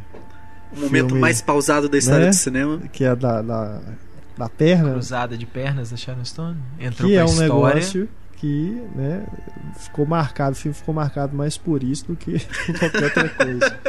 O momento filme, mais pausado da história né? do cinema. que é da, da, da perna, Cruzada de pernas da Sharon Stone. Entrou que pra é um história. negócio que, né, ficou marcado, o filme ficou marcado mais por isso do que por qualquer outra coisa.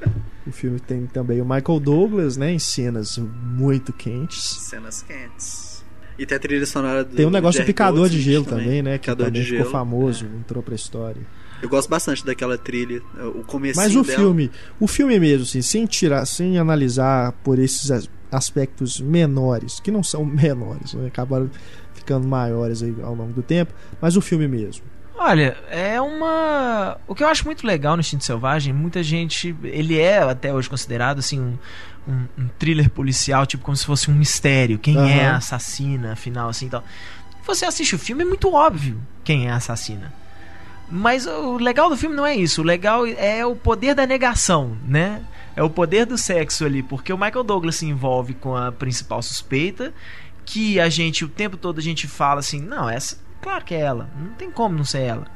O filme tem também o Michael Douglas, né, em cenas muito quentes. Cenas quentes. E tem a trilha sonora do Tem um negócio do Jerry picador de Goldsmith gelo também, né, que Picador também de ficou gelo. famoso, entrou pra história. Eu gosto bastante daquela trilha. O comecinho Mas o dela. filme, o filme mesmo, assim, sem tirar, sem analisar por esses as- aspectos menores, que não são menores, né, acabaram ficando maiores aí ao longo do tempo, mas o filme mesmo. Olha, é uma... O que eu acho muito legal no Instinto Selvagem, muita gente... Ele é até hoje considerado, assim, um, um, um thriller policial, tipo como se fosse um mistério. Quem Aham. é a assassina, afinal, assim, tal. Você assiste o filme, é muito óbvio quem é a assassina. Mas o legal do filme não é isso. O legal é o poder da negação, né? É o poder do sexo ali. Porque o Michael Douglas se envolve com a principal suspeita, que a gente, o tempo todo a gente fala assim, não, essa... Claro que é ela, não tem como não ser ela.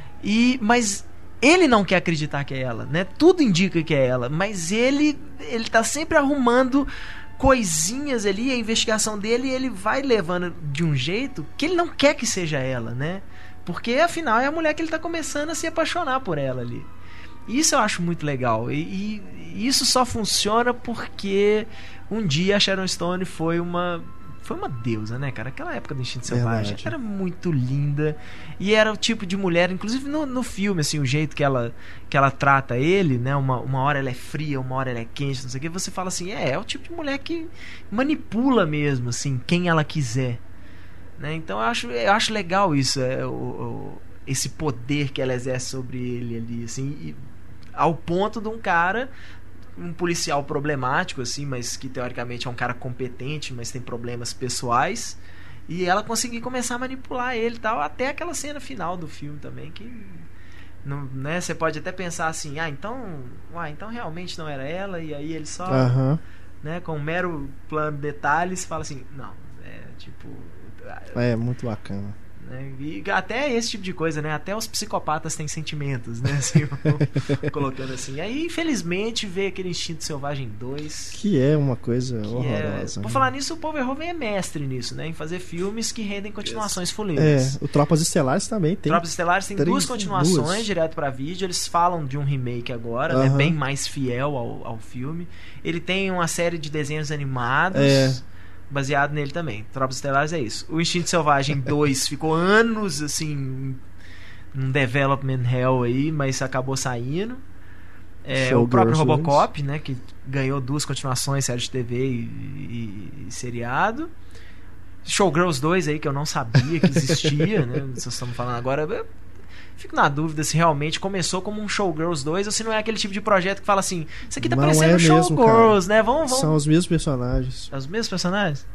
E, mas ele não quer acreditar que é ela, né? Tudo indica que é ela, mas ele ele tá sempre arrumando coisinhas ali, a investigação dele, ele vai levando de um jeito que ele não quer que seja ela, né? Porque afinal é a mulher que ele tá começando a se apaixonar por ela ali. Isso eu acho muito legal. E, e isso só funciona porque um dia a Sharon Stone foi uma Foi uma deusa, né, cara? Aquela época do Instinto Selvagem Verdade. era muito linda. E era o tipo de mulher, inclusive no, no filme, assim, o jeito que ela, que ela trata ele, né? Uma, uma hora ela é fria, uma hora ela é quente, não sei o que. Você fala assim, é, é o tipo de mulher que manipula mesmo, assim, quem ela quiser. Né? Então eu acho, eu acho legal isso, é, o, o, esse poder que ela exerce sobre ele ali, assim, e, ao ponto de um cara... um policial problemático, assim, mas que teoricamente é um cara competente, mas tem problemas pessoais, e ela conseguir começar a manipular ele e tal, até aquela cena final do filme também, que não, né, você pode até pensar assim, ah, então, ah, então realmente não era ela, e aí ele só, Aham. né, com um mero plano de detalhes, fala assim, não, é tipo... É, muito bacana. Né? E até esse tipo de coisa, né? Até os psicopatas têm sentimentos, né? Assim, colocando assim. Aí, infelizmente, veio aquele Instinto Selvagem dois. Que é uma coisa que horrorosa. é... Por né? falar nisso, o Paul Verhoeven é mestre nisso, né? Em fazer filmes que rendem continuações É, fuleiras. o Tropas Estelares também tem. Tropas Estelares tem três- duas continuações duas. direto pra vídeo. Eles falam de um remake agora, né? Aham. Bem mais fiel ao, ao filme. Ele tem uma série de desenhos animados. É. Baseado nele também. Tropas Estelares é isso. O Instinto Selvagem dois ficou anos assim num development hell aí, mas acabou saindo. É, o Showgirls próprio dois. Robocop, né, que ganhou duas continuações, série de T V e, e- e seriado. Showgirls dois aí que eu não sabia que existia, né? Vocês estão falando agora. Eu fico na dúvida se realmente começou como um Showgirls dois ou se não é aquele tipo de projeto que fala assim, isso aqui tá Não parecendo é um mesmo, Showgirls, cara. né? Vamos, vamos. São os mesmos personagens. É os mesmos personagens?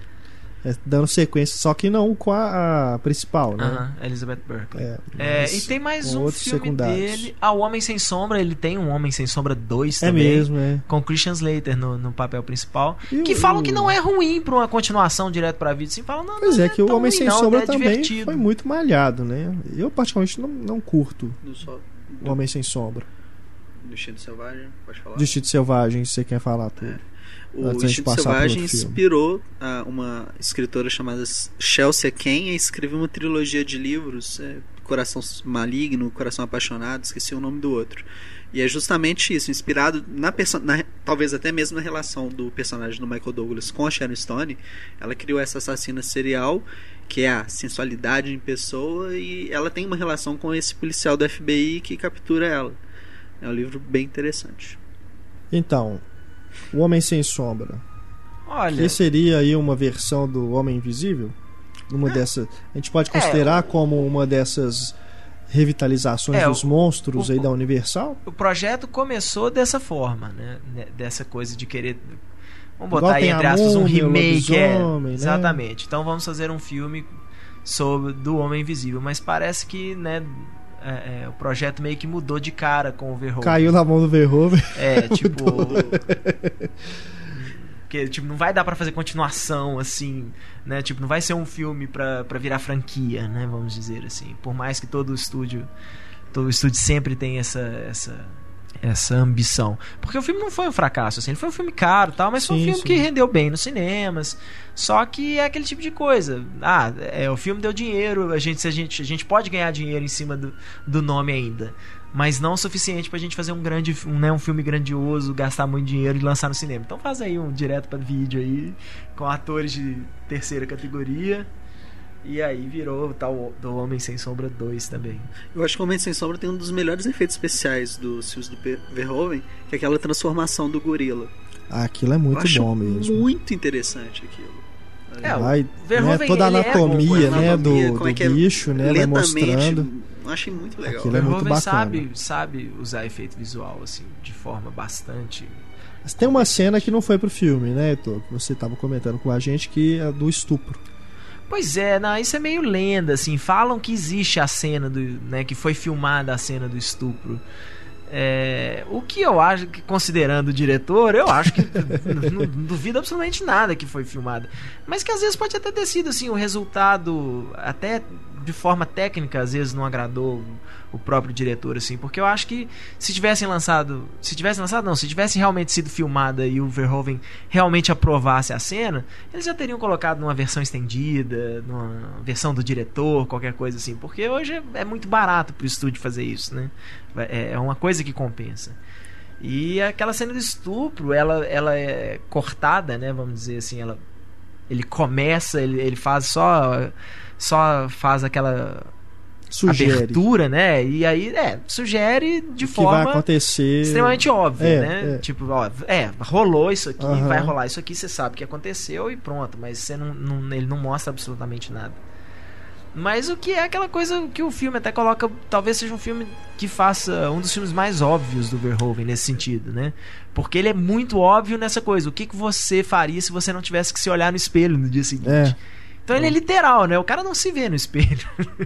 É, dando sequência, só que não com a, a principal, né? Aham, Elizabeth Berkley. É, É, mas e tem mais com um outros filme secundários. dele. Ah, O Homem Sem Sombra, ele tem um Homem Sem Sombra dois É também. mesmo, é. Com Christian Slater no, no papel principal. E que o- falam que não é ruim pra uma continuação direto pra vídeo. Assim, falam, não, Pois não é, que o tão Homem ruim, Sem não, Sombra é também divertido. foi muito malhado, né? Eu particularmente não, não curto Do, só, o Homem Sem Sombra. do Instinto Selvagem, pode falar? Destino Selvagem, se você quer falar tudo. O Antes da gente Instinto passar pro Selvagem outro filme. inspirou ah, uma escritora chamada Chelsea Ken a escrever uma trilogia de livros, é, Coração Maligno, Coração Apaixonado, esqueci o nome do outro. E é justamente isso, inspirado na, perso- na talvez até mesmo na relação do personagem do Michael Douglas com a Sharon Stone. Ela criou essa assassina serial, que é a sensualidade em pessoa, e ela tem uma relação com esse policial do F B I que captura ela. É um livro bem interessante. Então, o Homem Sem Sombra. Olha, Que seria aí uma versão do Homem Invisível? Uma dessas. A gente pode considerar como uma dessas revitalizações É, dos o- monstros o- aí da Universal? o projeto começou dessa forma, né? Dessa coisa de querer vamos botar aí entre aspas um remake, é, né? Exatamente. Então vamos fazer um filme sobre do Homem Invisível, mas parece que, né, é, é, o projeto meio que mudou de cara com o Verhoeven. Caiu na mão do Verhoeven. É, tipo porque tipo, não vai dar pra fazer continuação assim, né? Tipo, não vai ser um filme pra, pra virar franquia, né? Vamos dizer assim. Por mais que todo o estúdio todo o estúdio sempre tem essa essa essa ambição. Porque o filme não foi um fracasso, assim, ele foi um filme caro, tal, mas sim, foi um filme sim. que rendeu bem nos cinemas. Só que é aquele tipo de coisa. Ah, é, o filme deu dinheiro, a gente, a gente, a gente pode ganhar dinheiro em cima do, do nome ainda, mas não o suficiente pra gente fazer um grande um, né, um filme grandioso, gastar muito dinheiro e lançar no cinema. Então faz aí um direto pra vídeo aí, com atores de terceira categoria. E aí virou o tal do Homem Sem Sombra dois também. Eu acho que o Homem Sem Sombra tem um dos melhores efeitos especiais dos filmes do Verhoeven, que é aquela transformação do gorila. Ah, aquilo é muito bom mesmo. Muito interessante aquilo. É, vai, né, toda a anatomia, é bom, né, do, do é é bicho, né, vai mostrando. Eu achei muito legal. Aquilo é muito bacana. sabe, sabe usar efeito visual assim de forma bastante. Mas tem uma cena que não foi pro filme, né, Heitor? Que você tava comentando com a gente, que é do estupro. Pois é, não, isso é meio lenda, assim. Falam que existe a cena do, né, que foi filmada a cena do estupro. É, o que eu acho que, considerando o diretor, eu acho que não, não duvido absolutamente nada que foi filmado. Mas que às vezes pode até ter sido assim, o resultado, até de forma técnica, às vezes não agradou o próprio diretor, assim, porque eu acho que se tivessem lançado, se tivessem lançado não, se tivesse realmente sido filmada e o Verhoeven realmente aprovasse a cena, eles já teriam colocado numa versão estendida, numa versão do diretor, qualquer coisa assim, porque hoje é muito barato pro estúdio fazer isso, né? É uma coisa que compensa. E aquela cena do estupro, ela, ela é cortada, né, vamos dizer assim, ela, ele começa, ele, ele faz só só faz aquela sugere. abertura, né? E aí, é, sugere de o que forma vai acontecer... extremamente óbvia, é, né? É. Tipo, ó, é, rolou isso aqui, uhum. vai rolar isso aqui, você sabe que aconteceu e pronto, mas você não, não, ele não mostra absolutamente nada. Mas o que é aquela coisa que o filme até coloca, talvez seja um filme que faça um dos filmes mais óbvios do Verhoeven nesse sentido, né? Porque ele é muito óbvio nessa coisa. O que, que você faria se você não tivesse que se olhar no espelho no dia seguinte? É. Então ele é literal, né? O cara não se vê no espelho.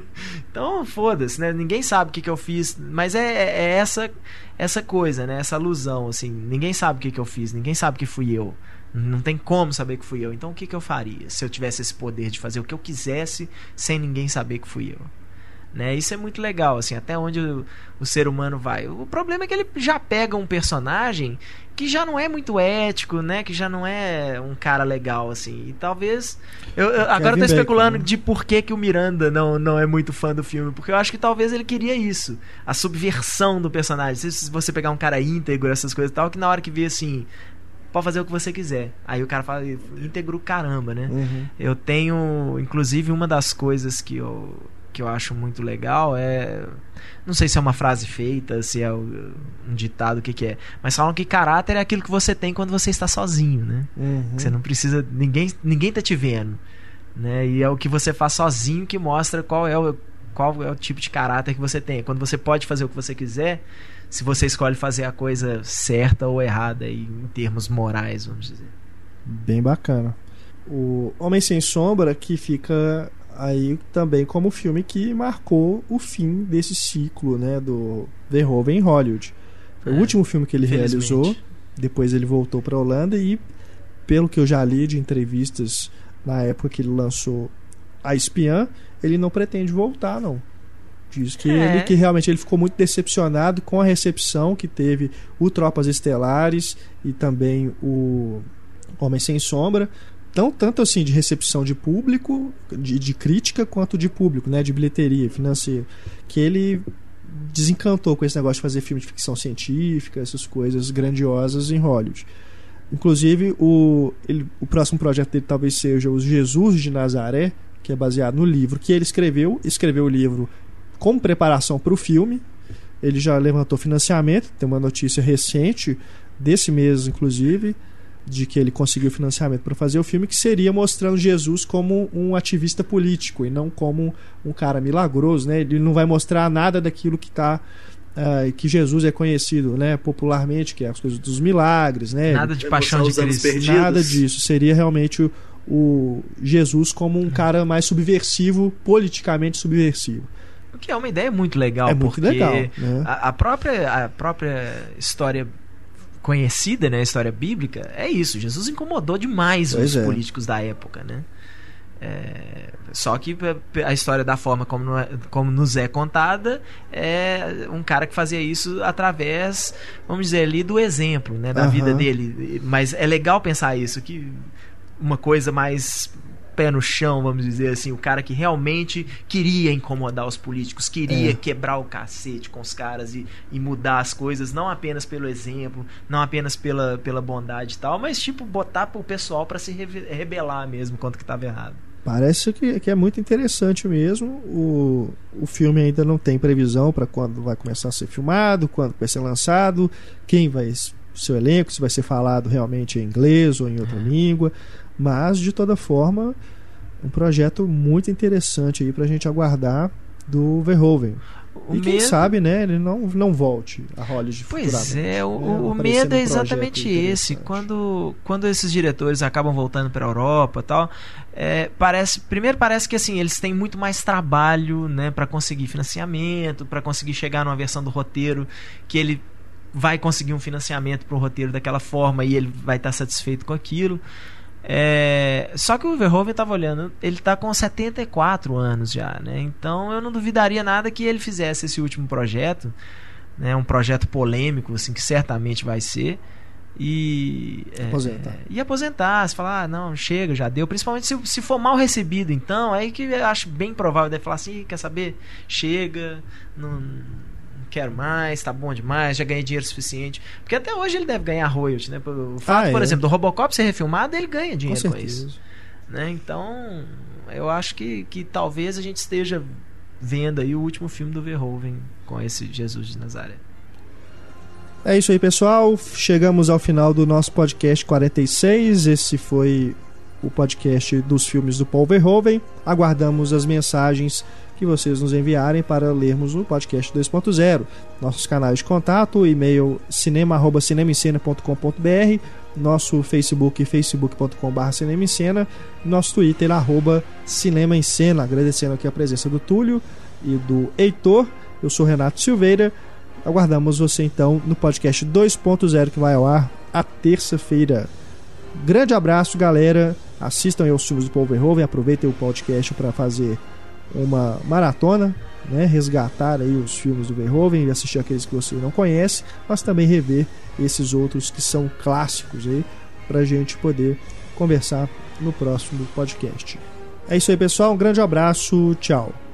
Então, foda-se, né? Ninguém sabe o que, que eu fiz. Mas é, é essa, essa coisa, né? Essa alusão, assim. Ninguém sabe o que, que eu fiz. Ninguém sabe que fui eu. Não tem como saber que fui eu. Então o que, que eu faria se eu tivesse esse poder de fazer o que eu quisesse sem ninguém saber que fui eu? Né? Isso é muito legal, assim, até onde o, o ser humano vai. O problema é que ele já pega um personagem que já não é muito ético, né? Que já não é um cara legal, assim. E talvez... Eu, eu, agora eu tô especulando Bacon, né? de por que, que o Miranda não, não é muito fã do filme. Porque eu acho que talvez ele queria isso. A subversão do personagem. Se você pegar um cara íntegro, essas coisas e tal, que na hora que vê assim... Pode fazer o que você quiser. Aí o cara fala, íntegro caramba, né? Uhum. Eu tenho, inclusive, uma das coisas que eu, que eu acho muito legal é... Não sei se é uma frase feita, se é um ditado, o que que é. Mas falam que caráter é aquilo que você tem quando você está sozinho, né? Uhum. Você não precisa... Ninguém, ninguém tá te vendo, né? E é o que você faz sozinho que mostra qual é o, qual é o tipo de caráter que você tem. Quando você pode fazer o que você quiser... Se você escolhe fazer a coisa certa ou errada aí, em termos morais, vamos dizer. Bem bacana. O Homem Sem Sombra, que fica aí também como filme que marcou o fim desse ciclo, né, do Verhoeven em Hollywood. Foi é, o último filme que ele realizou. Depois ele voltou para a Holanda e, pelo que eu já li de entrevistas na época que ele lançou A Espiã, ele não pretende voltar, não. Diz que, é. ele, que realmente ele ficou muito decepcionado com a recepção que teve o Tropas Estelares e também o Homem Sem Sombra, não tanto assim de recepção de público, de, de crítica, quanto de público, né, de bilheteria financeira, que ele desencantou com esse negócio de fazer filme de ficção científica, essas coisas grandiosas em Hollywood. Inclusive o, ele, o próximo projeto dele talvez seja o Jesus de Nazaré, que é baseado no livro que ele escreveu, escreveu o livro como preparação para o filme. Ele já levantou financiamento, tem uma notícia recente desse mês inclusive, de que ele conseguiu financiamento para fazer o filme, que seria mostrando Jesus como um ativista político e não como um cara milagroso, né? Ele não vai mostrar nada daquilo que está uh, que Jesus é conhecido, né, popularmente, que é as coisas dos milagres, né? Nada de paixão de Cristo. Nada disso. Seria realmente o, o Jesus como um cara mais subversivo, politicamente subversivo. O que é uma ideia muito legal, é muito porque legal, né? a, a, própria, a própria história conhecida, né, a história bíblica, é isso. Jesus incomodou demais pois os é. políticos da época, né? É, só que a história da forma como, como nos é contada é um cara que fazia isso através, vamos dizer ali, do exemplo, né, da uhum. vida dele. Mas é legal pensar isso, que uma coisa mais pé no chão, vamos dizer assim, o cara que realmente queria incomodar os políticos, queria é. quebrar o cacete com os caras e, e mudar as coisas, não apenas pelo exemplo, não apenas pela, pela bondade e tal, mas tipo botar pro pessoal para se rebelar mesmo contra o que estava errado. Parece que, que é muito interessante mesmo. O, o filme ainda não tem previsão para quando vai começar a ser filmado, quando vai ser lançado, quem vai seu elenco, se vai ser falado realmente em inglês ou em outra é. língua. Mas, de toda forma, um projeto muito interessante aí pra gente aguardar do Verhoeven. O e quem medo... sabe, né, ele não, não volte a Hollywood futuramente. Pois é, o, né? o medo é exatamente esse. Quando, quando esses diretores acabam voltando pra Europa e tal, é, parece, primeiro parece que assim, eles têm muito mais trabalho, né, pra conseguir financiamento, pra conseguir chegar numa versão do roteiro que ele vai conseguir um financiamento pro roteiro daquela forma e ele vai estar satisfeito com aquilo. É, só que o Verhoeven estava olhando, ele está com setenta e quatro anos já, né? Então eu não duvidaria nada que ele fizesse esse último projeto, né? Um projeto polêmico, assim, que certamente vai ser, e aposentar. É, e aposentar, se falar, ah, não, chega, já deu, principalmente se, se for mal recebido, então, aí que eu acho bem provável deve falar assim, quer saber, chega, não quero mais, tá bom demais, já ganhei dinheiro suficiente. Porque até hoje ele deve ganhar royalty, né? O fato, ah, por é. exemplo, do Robocop ser refilmado, ele ganha dinheiro com, com isso. Né? Então, eu acho que, que talvez a gente esteja vendo aí o último filme do Verhoeven com esse Jesus de Nazaré. É isso aí, pessoal. Chegamos ao final do nosso podcast quarenta e seis. Esse foi o podcast dos filmes do Paul Verhoeven. Aguardamos as mensagens que vocês nos enviarem para lermos no podcast dois ponto zero. Nossos canais de contato, e-mail cinema arroba cinemaencena ponto com ponto br, nosso Facebook, facebook ponto com barra cinemaencena, nosso Twitter, arroba cinemaencena. Agradecendo aqui a presença do Túlio e do Heitor. Eu sou Renato Silveira. Aguardamos você então no podcast dois ponto zero que vai ao ar à terça-feira. Grande abraço, galera. Assistam aí aos filmes do Paul Verhoeven. Aproveitem o podcast para fazer uma maratona, né? Resgatar aí os filmes do Verhoeven e assistir aqueles que você não conhece, mas também rever esses outros que são clássicos aí, pra gente poder conversar no próximo podcast. É isso aí, pessoal. Um grande abraço. Tchau.